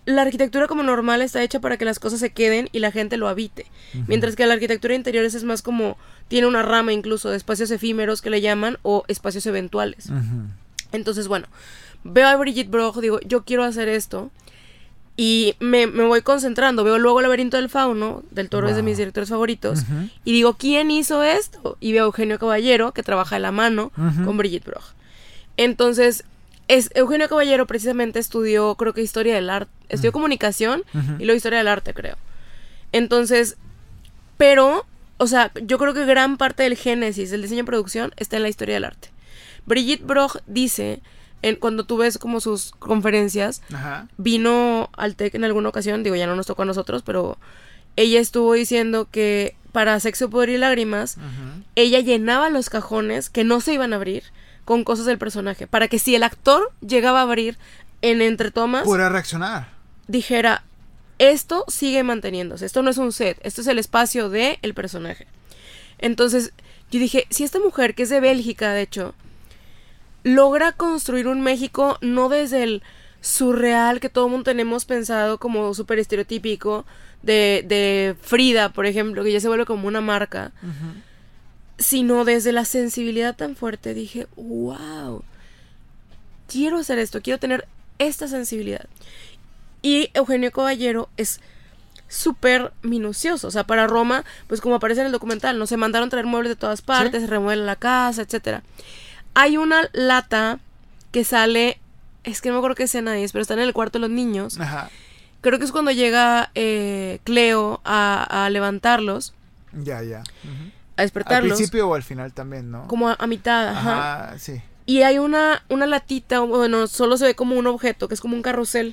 la arquitectura como normal está hecha para que las cosas se queden y la gente lo habite. Mientras que la arquitectura de interiores es más como, tiene una rama incluso de espacios efímeros que le llaman, o espacios eventuales. Entonces, bueno, veo a Brigitte Broch, digo, yo quiero hacer esto. Y me voy concentrando. Veo luego El laberinto del fauno, del Toro, es de mis directores favoritos. Y digo, ¿quién hizo esto? Y veo a Eugenio Caballero, que trabaja de la mano con Brigitte Broch. Entonces, Eugenio Caballero precisamente estudió, creo que historia del arte. Estudió comunicación y luego historia del arte, creo. Entonces, pero, o sea, yo creo que gran parte del génesis del diseño de producción está en la historia del arte. Brigitte Broch dice... cuando tú ves como sus conferencias, vino al TEC en alguna ocasión, digo, ya no nos tocó a nosotros, pero ella estuvo diciendo que para Sexo, Poder y Lágrimas, ella llenaba los cajones que no se iban a abrir con cosas del personaje, para que si el actor llegaba a abrir en entretomas, pudiera reaccionar, dijera, esto sigue manteniéndose, esto no es un set, esto es el espacio del personaje. Entonces, yo dije, si esta mujer, que es de Bélgica, de hecho, logra construir un México no desde el surreal que todo el mundo tenemos pensado como súper estereotípico de Frida, por ejemplo, que ya se vuelve como una marca, sino desde la sensibilidad tan fuerte. Dije, wow, quiero hacer esto, quiero tener esta sensibilidad. Y Eugenio Caballero es súper minucioso, o sea, para Roma, pues como aparece en el documental, no se mandaron traer muebles de todas partes, se remueve la casa, etcétera. Hay una lata que sale, es que no me acuerdo qué escena es, pero está en el cuarto de los niños. Creo que es cuando llega Cleo a levantarlos. Ya. A despertarlos. Al principio o al final también, ¿no? Como a mitad, sí. Y hay una latita, bueno, solo se ve como un objeto, que es como un carrusel.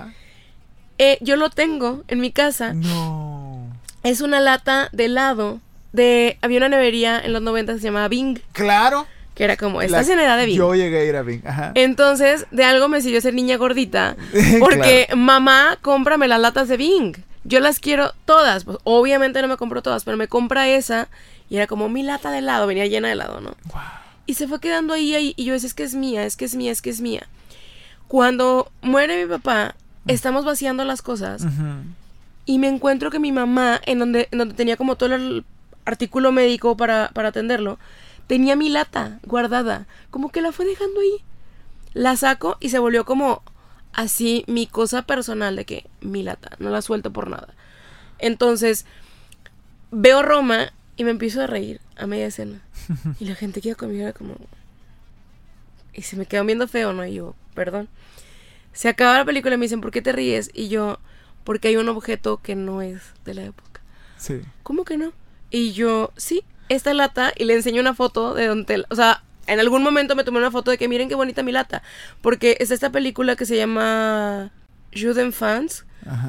Yo lo tengo en mi casa. No. Es una lata de helado había una nevería en los 90 que se llamaba Bing. Claro. Que era como, estás en edad de Bing. Yo llegué a ir a Bing, Entonces, de algo me sirvió ser niña gordita. Porque, mamá, cómprame las latas de Bing. Yo las quiero todas. Pues, obviamente no me compro todas, pero me compra esa. Y era como mi lata de helado, venía llena de helado, ¿no? Wow. Y se fue quedando ahí. Y yo decía, es que es mía. Cuando muere mi papá, estamos vaciando las cosas. Y me encuentro que mi mamá, en donde tenía como todo el artículo médico para atenderlo, tenía mi lata guardada, como que la fue dejando ahí. La saco y se volvió como así mi cosa personal de que mi lata, no la suelto por nada. Entonces, veo Roma y me empiezo a reír a media escena. Y la gente que iba conmigo era como... Y se me quedó viendo feo, ¿no? Y yo, perdón. Se acaba la película y me dicen, ¿por qué te ríes? Y yo, porque hay un objeto que no es de la época. Sí. ¿Cómo que no? Y yo, sí, esta lata, y le enseño una foto de donde, o sea, en algún momento me tomé una foto de que miren qué bonita mi lata, porque es esta película que se llama Judenfans,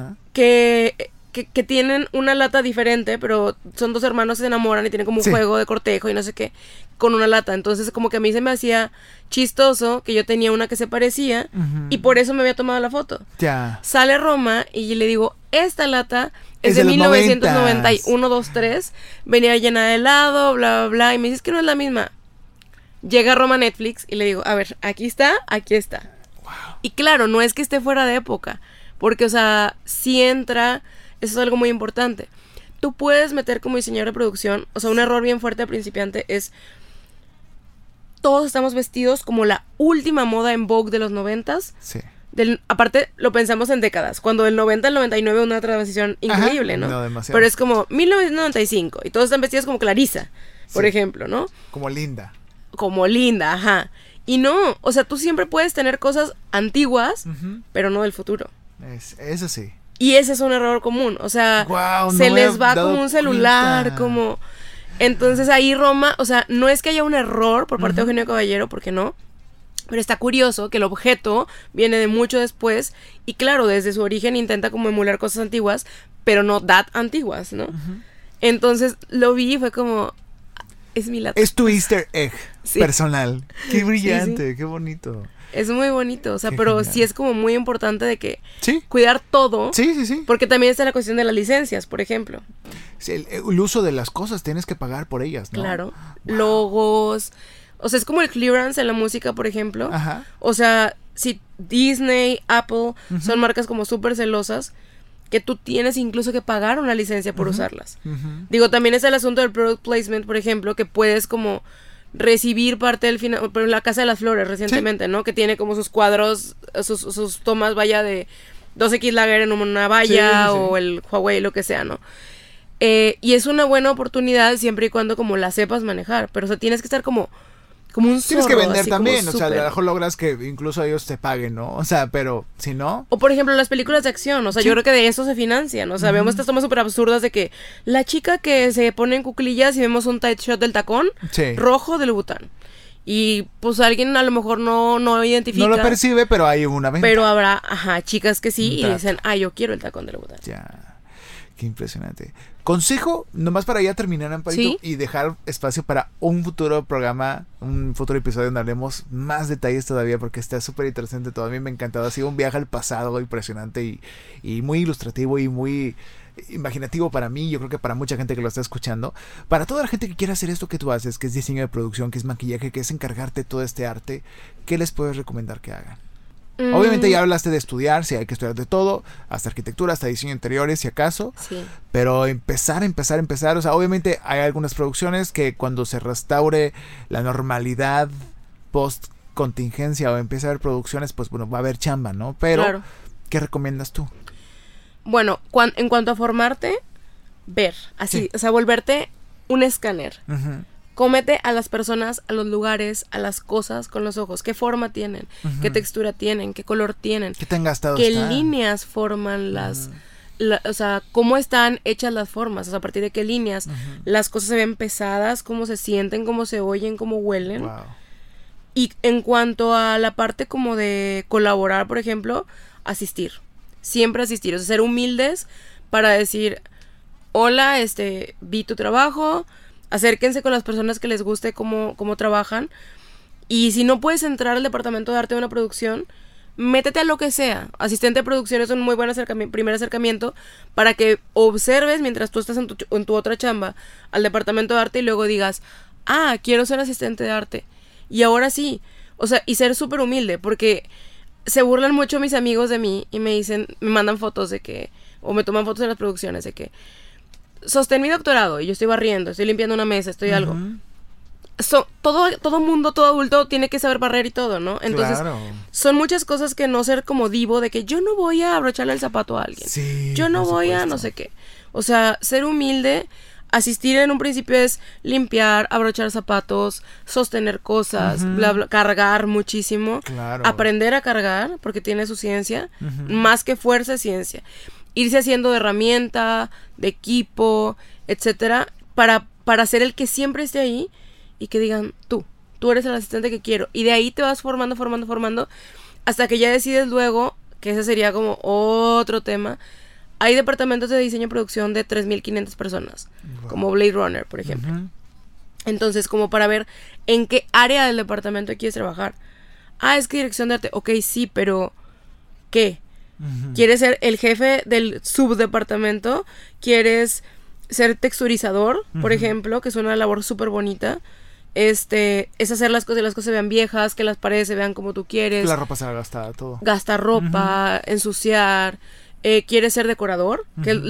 que tienen una lata diferente, pero son dos hermanos que se enamoran y tienen como un juego de cortejo y no sé qué, con una lata. Entonces como que a mí se me hacía chistoso que yo tenía una que se parecía y por eso me había tomado la foto. Sale Roma y le digo, esta lata es de 1991, 2, 3, venía llena de helado, bla, bla, bla, y me dices que no es la misma. Llega Roma Netflix y le digo, a ver, aquí está. Wow. Y claro, no es que esté fuera de época, porque, o sea, si entra, eso es algo muy importante. Tú puedes meter como diseñador de producción, o sea, un error bien fuerte al principiante es, todos estamos vestidos como la última moda en Vogue de los 90s. Sí. Aparte, lo pensamos en décadas. Cuando del 90 al 99 una transición increíble, ¿no? No, demasiado. Pero es como 1995 y todos están vestidos como Clarissa, por ejemplo, ¿no? Como Linda, Y no, o sea, tú siempre puedes tener cosas antiguas, pero no del futuro. Eso sí. Y ese es un error común, o sea, se les va como un celular, como... Entonces ahí Roma, o sea, no es que haya un error por parte de Eugenio Caballero, porque no, pero está curioso que el objeto viene de mucho después y claro, desde su origen intenta como emular cosas antiguas, pero no that antiguas, ¿no? Entonces lo vi y fue como, es mi lata. Es tu easter egg personal. Qué brillante, qué bonito. Es muy bonito, o sea, pero genial. Sí es como muy importante de que cuidar todo. Sí. Porque también está la cuestión de las licencias, por ejemplo. Sí, el uso de las cosas, tienes que pagar por ellas, ¿no? Claro. Wow. Logos. O sea, es como el clearance en la música, por ejemplo. Ajá. O sea, sí, Disney, Apple, son marcas como súper celosas, que tú tienes incluso que pagar una licencia por usarlas. Digo, también es el asunto del product placement, por ejemplo, que puedes como recibir parte del final, pero la Casa de las Flores recientemente, ¿no? Que tiene como sus cuadros, sus tomas, vaya, de 2X Lager en una valla, o el Huawei, lo que sea, ¿no? Y es una buena oportunidad siempre y cuando como la sepas manejar, pero o sea, tienes que estar como un zorro. Tienes que vender así, también, o sea, a lo mejor logras que incluso ellos te paguen, ¿no? O sea, pero si no... O por ejemplo, las películas de acción, o sea, yo creo que de eso se financian, o sea, vemos estas tomas súper absurdas de que la chica que se pone en cuclillas y vemos un tight shot del tacón rojo del Bután. Y pues alguien a lo mejor no identifica. No lo percibe, pero hay una venta. Pero habrá, chicas que sí y dicen, yo quiero el tacón del Bután. Ya. Qué impresionante. Consejo, nomás para ya terminar, Amparito, y dejar espacio para un futuro programa, un futuro episodio donde hablemos más detalles todavía, porque está súper interesante todo. A mí me ha encantado. Ha sido un viaje al pasado impresionante y muy ilustrativo y muy imaginativo para mí. Yo creo que para mucha gente que lo está escuchando. Para toda la gente que quiera hacer esto que tú haces, que es diseño de producción, que es maquillaje, que es encargarte de todo este arte, ¿qué les puedes recomendar que hagan? Obviamente ya hablaste de estudiar, si hay que estudiar de todo, hasta arquitectura, hasta diseño de interiores, si acaso. Sí. Pero empezar. O sea, obviamente hay algunas producciones que cuando se restaure la normalidad post contingencia o empieza a haber producciones, pues bueno, va a haber chamba, ¿no? Pero, claro. ¿Qué recomiendas tú? Bueno, en cuanto a formarte, ver, así, o sea, volverte un escáner. Cómete a las personas, a los lugares, a las cosas con los ojos. ¿Qué forma tienen? ¿Qué textura tienen? ¿Qué color tienen? ¿Qué tan gastados ¿Qué están? líneas forman o sea, cómo están hechas las formas? O sea, a partir de qué líneas. Las cosas se ven pesadas, cómo se sienten, cómo se oyen, cómo huelen. Wow. Y en cuanto a la parte como de colaborar, por ejemplo, asistir. Siempre asistir. O sea, ser humildes para decir, hola, vi tu trabajo. Acérquense con las personas que les guste cómo trabajan. Y si no puedes entrar al departamento de arte de una producción, métete a lo que sea. Asistente de producción es un muy buen primer acercamiento para que observes mientras tú estás en tu otra chamba al departamento de arte y luego digas, quiero ser asistente de arte. Y ahora sí. O sea, y ser súper humilde, porque se burlan mucho mis amigos de mí y me mandan fotos de que, o me toman fotos de las producciones de que, sostén mi doctorado y yo estoy barriendo, estoy limpiando una mesa, estoy algo. Todo mundo, todo adulto tiene que saber barrer y todo, ¿no? Entonces, son muchas cosas que no ser como divo de que yo no voy a abrocharle el zapato a alguien. Sí, yo no voy a no sé qué. O sea, ser humilde, asistir en un principio es limpiar, abrochar zapatos, sostener cosas, bla, bla, cargar muchísimo. Claro. Aprender a cargar, porque tiene su ciencia. Más que fuerza, es ciencia. Irse haciendo de herramienta, de equipo, etcétera, para ser el que siempre esté ahí y que digan, tú eres el asistente que quiero. Y de ahí te vas formando, hasta que ya decides luego, que ese sería como otro tema. Hay departamentos de diseño y producción de 3,500 personas, como Blade Runner, por ejemplo. Entonces, como para ver en qué área del departamento quieres trabajar. Es que dirección de arte. Ok, sí, pero ¿qué? ¿Quieres ser el jefe del subdepartamento? ¿Quieres ser texturizador, por ejemplo? Que es una labor súper bonita. Es hacer las cosas se vean viejas, que las paredes se vean como tú quieres. Que la ropa se haga gastada, todo. Gastar ropa, ensuciar. ¿Quieres ser decorador?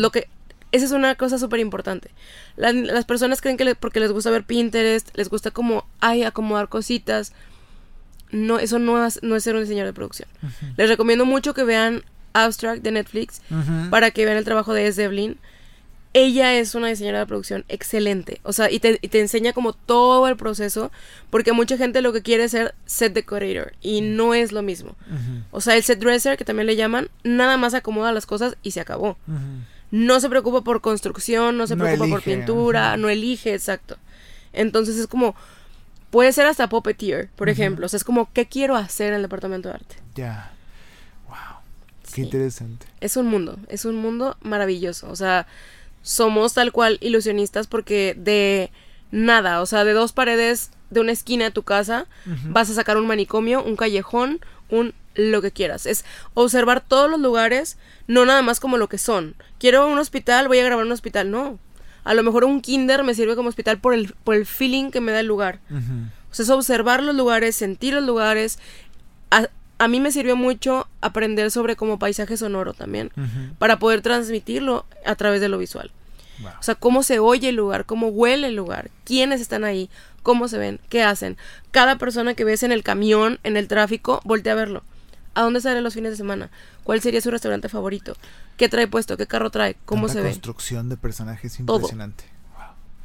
Esa es una cosa súper importante. Las personas creen que porque les gusta ver Pinterest, les gusta como, acomodar cositas. No, eso no es ser un diseñador de producción. Les recomiendo mucho que vean Abstract de Netflix para que vean el trabajo de S. Devlin. Ella es una diseñadora de producción excelente. O sea, y te enseña como todo el proceso, porque mucha gente lo que quiere es ser set decorator y no es lo mismo. O sea, el set dresser, que también le llaman, nada más acomoda las cosas y se acabó. No se preocupa por construcción, no se preocupa por pintura, no elige, exacto. Entonces es como, puede ser hasta puppeteer, por ejemplo. O sea, es como, ¿qué quiero hacer en el departamento de arte? Ya. Wow. Qué interesante. Es un mundo maravilloso. O sea, somos tal cual ilusionistas porque de nada, o sea, de 2 paredes de una esquina de tu casa, vas a sacar un manicomio, un callejón, lo que quieras. Es observar todos los lugares, no nada más como lo que son. Quiero un hospital, voy a grabar un hospital. No. A lo mejor un kinder me sirve como hospital por el feeling que me da el lugar. O sea, es observar los lugares, sentir los lugares, a mí me sirvió mucho aprender sobre como paisaje sonoro también, para poder transmitirlo a través de lo visual. Wow. O sea, cómo se oye el lugar, cómo huele el lugar, quiénes están ahí, cómo se ven, qué hacen. Cada persona que ves en el camión, en el tráfico, voltea a verlo. ¿A dónde sale los fines de semana? ¿Cuál sería su restaurante favorito? ¿Qué trae puesto? ¿Qué carro trae? ¿Cómo se ve? La construcción de personajes impresionante. Wow.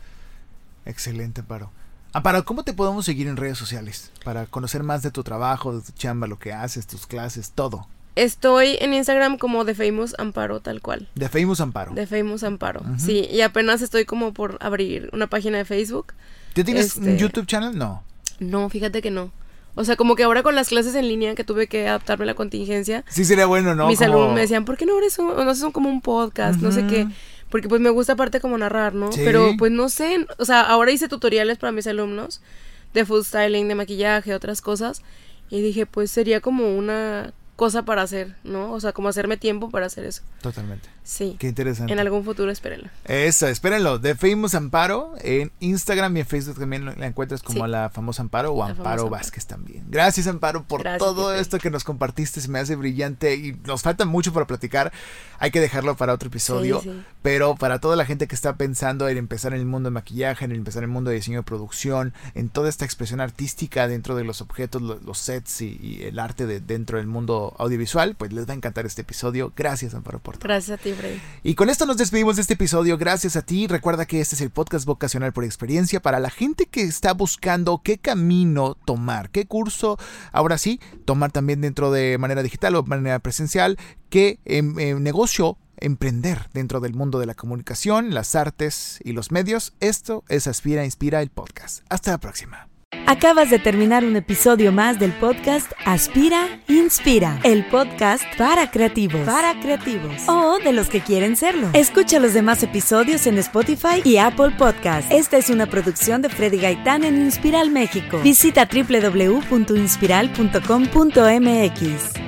Excelente, Amparo. Amparo, ¿cómo te podemos seguir en redes sociales? Para conocer más de tu trabajo, de tu chamba, lo que haces, tus clases, todo. Estoy en Instagram como The Famous Amparo, tal cual. The Famous Amparo. The Famous Amparo, sí. Y apenas estoy como por abrir una página de Facebook. ¿Tú tienes un YouTube channel? No. No, fíjate que no. O sea, como que ahora con las clases en línea que tuve que adaptarme a la contingencia. Sí, sería bueno, ¿no? Mis alumnos me decían, ¿por qué no abres no sé, son como un podcast, no sé qué? Porque pues me gusta aparte como narrar, ¿no? Sí. Pero pues no sé, o sea, ahora hice tutoriales para mis alumnos de food styling, de maquillaje, otras cosas. Y dije, pues sería como una cosa para hacer, ¿no? O sea, como hacerme tiempo para hacer eso. Totalmente. Sí. Qué interesante. En algún futuro espérenlo. Eso, espérenlo. The Famous Amparo en Instagram y en Facebook también la encuentras como la famosa Amparo o Amparo Vázquez también. Gracias, Amparo, por todo esto que nos compartiste. Se me hace brillante y nos falta mucho para platicar. Hay que dejarlo para otro episodio. Sí. Pero para toda la gente que está pensando en empezar en el mundo de maquillaje, en empezar en el mundo de diseño de producción, en toda esta expresión artística dentro de los objetos, los sets y el arte dentro del mundo audiovisual, pues les va a encantar este episodio. Gracias, Amparo, por todo. Gracias a ti, Freddy. Y con esto nos despedimos de este episodio. Gracias a ti. Recuerda que este es el podcast vocacional por experiencia para la gente que está buscando qué camino tomar, qué curso, ahora sí, tomar también dentro de manera digital o manera presencial, qué negocio emprender dentro del mundo de la comunicación, las artes y los medios. Esto es Aspira, Inspira, el podcast. Hasta la próxima. Acabas de terminar un episodio más del podcast Aspira, Inspira, el podcast para creativos o de los que quieren serlo. Escucha los demás episodios en Spotify y Apple Podcast. Esta es una producción de Freddy Gaitán en Inspiral México. Visita www.inspiral.com.mx.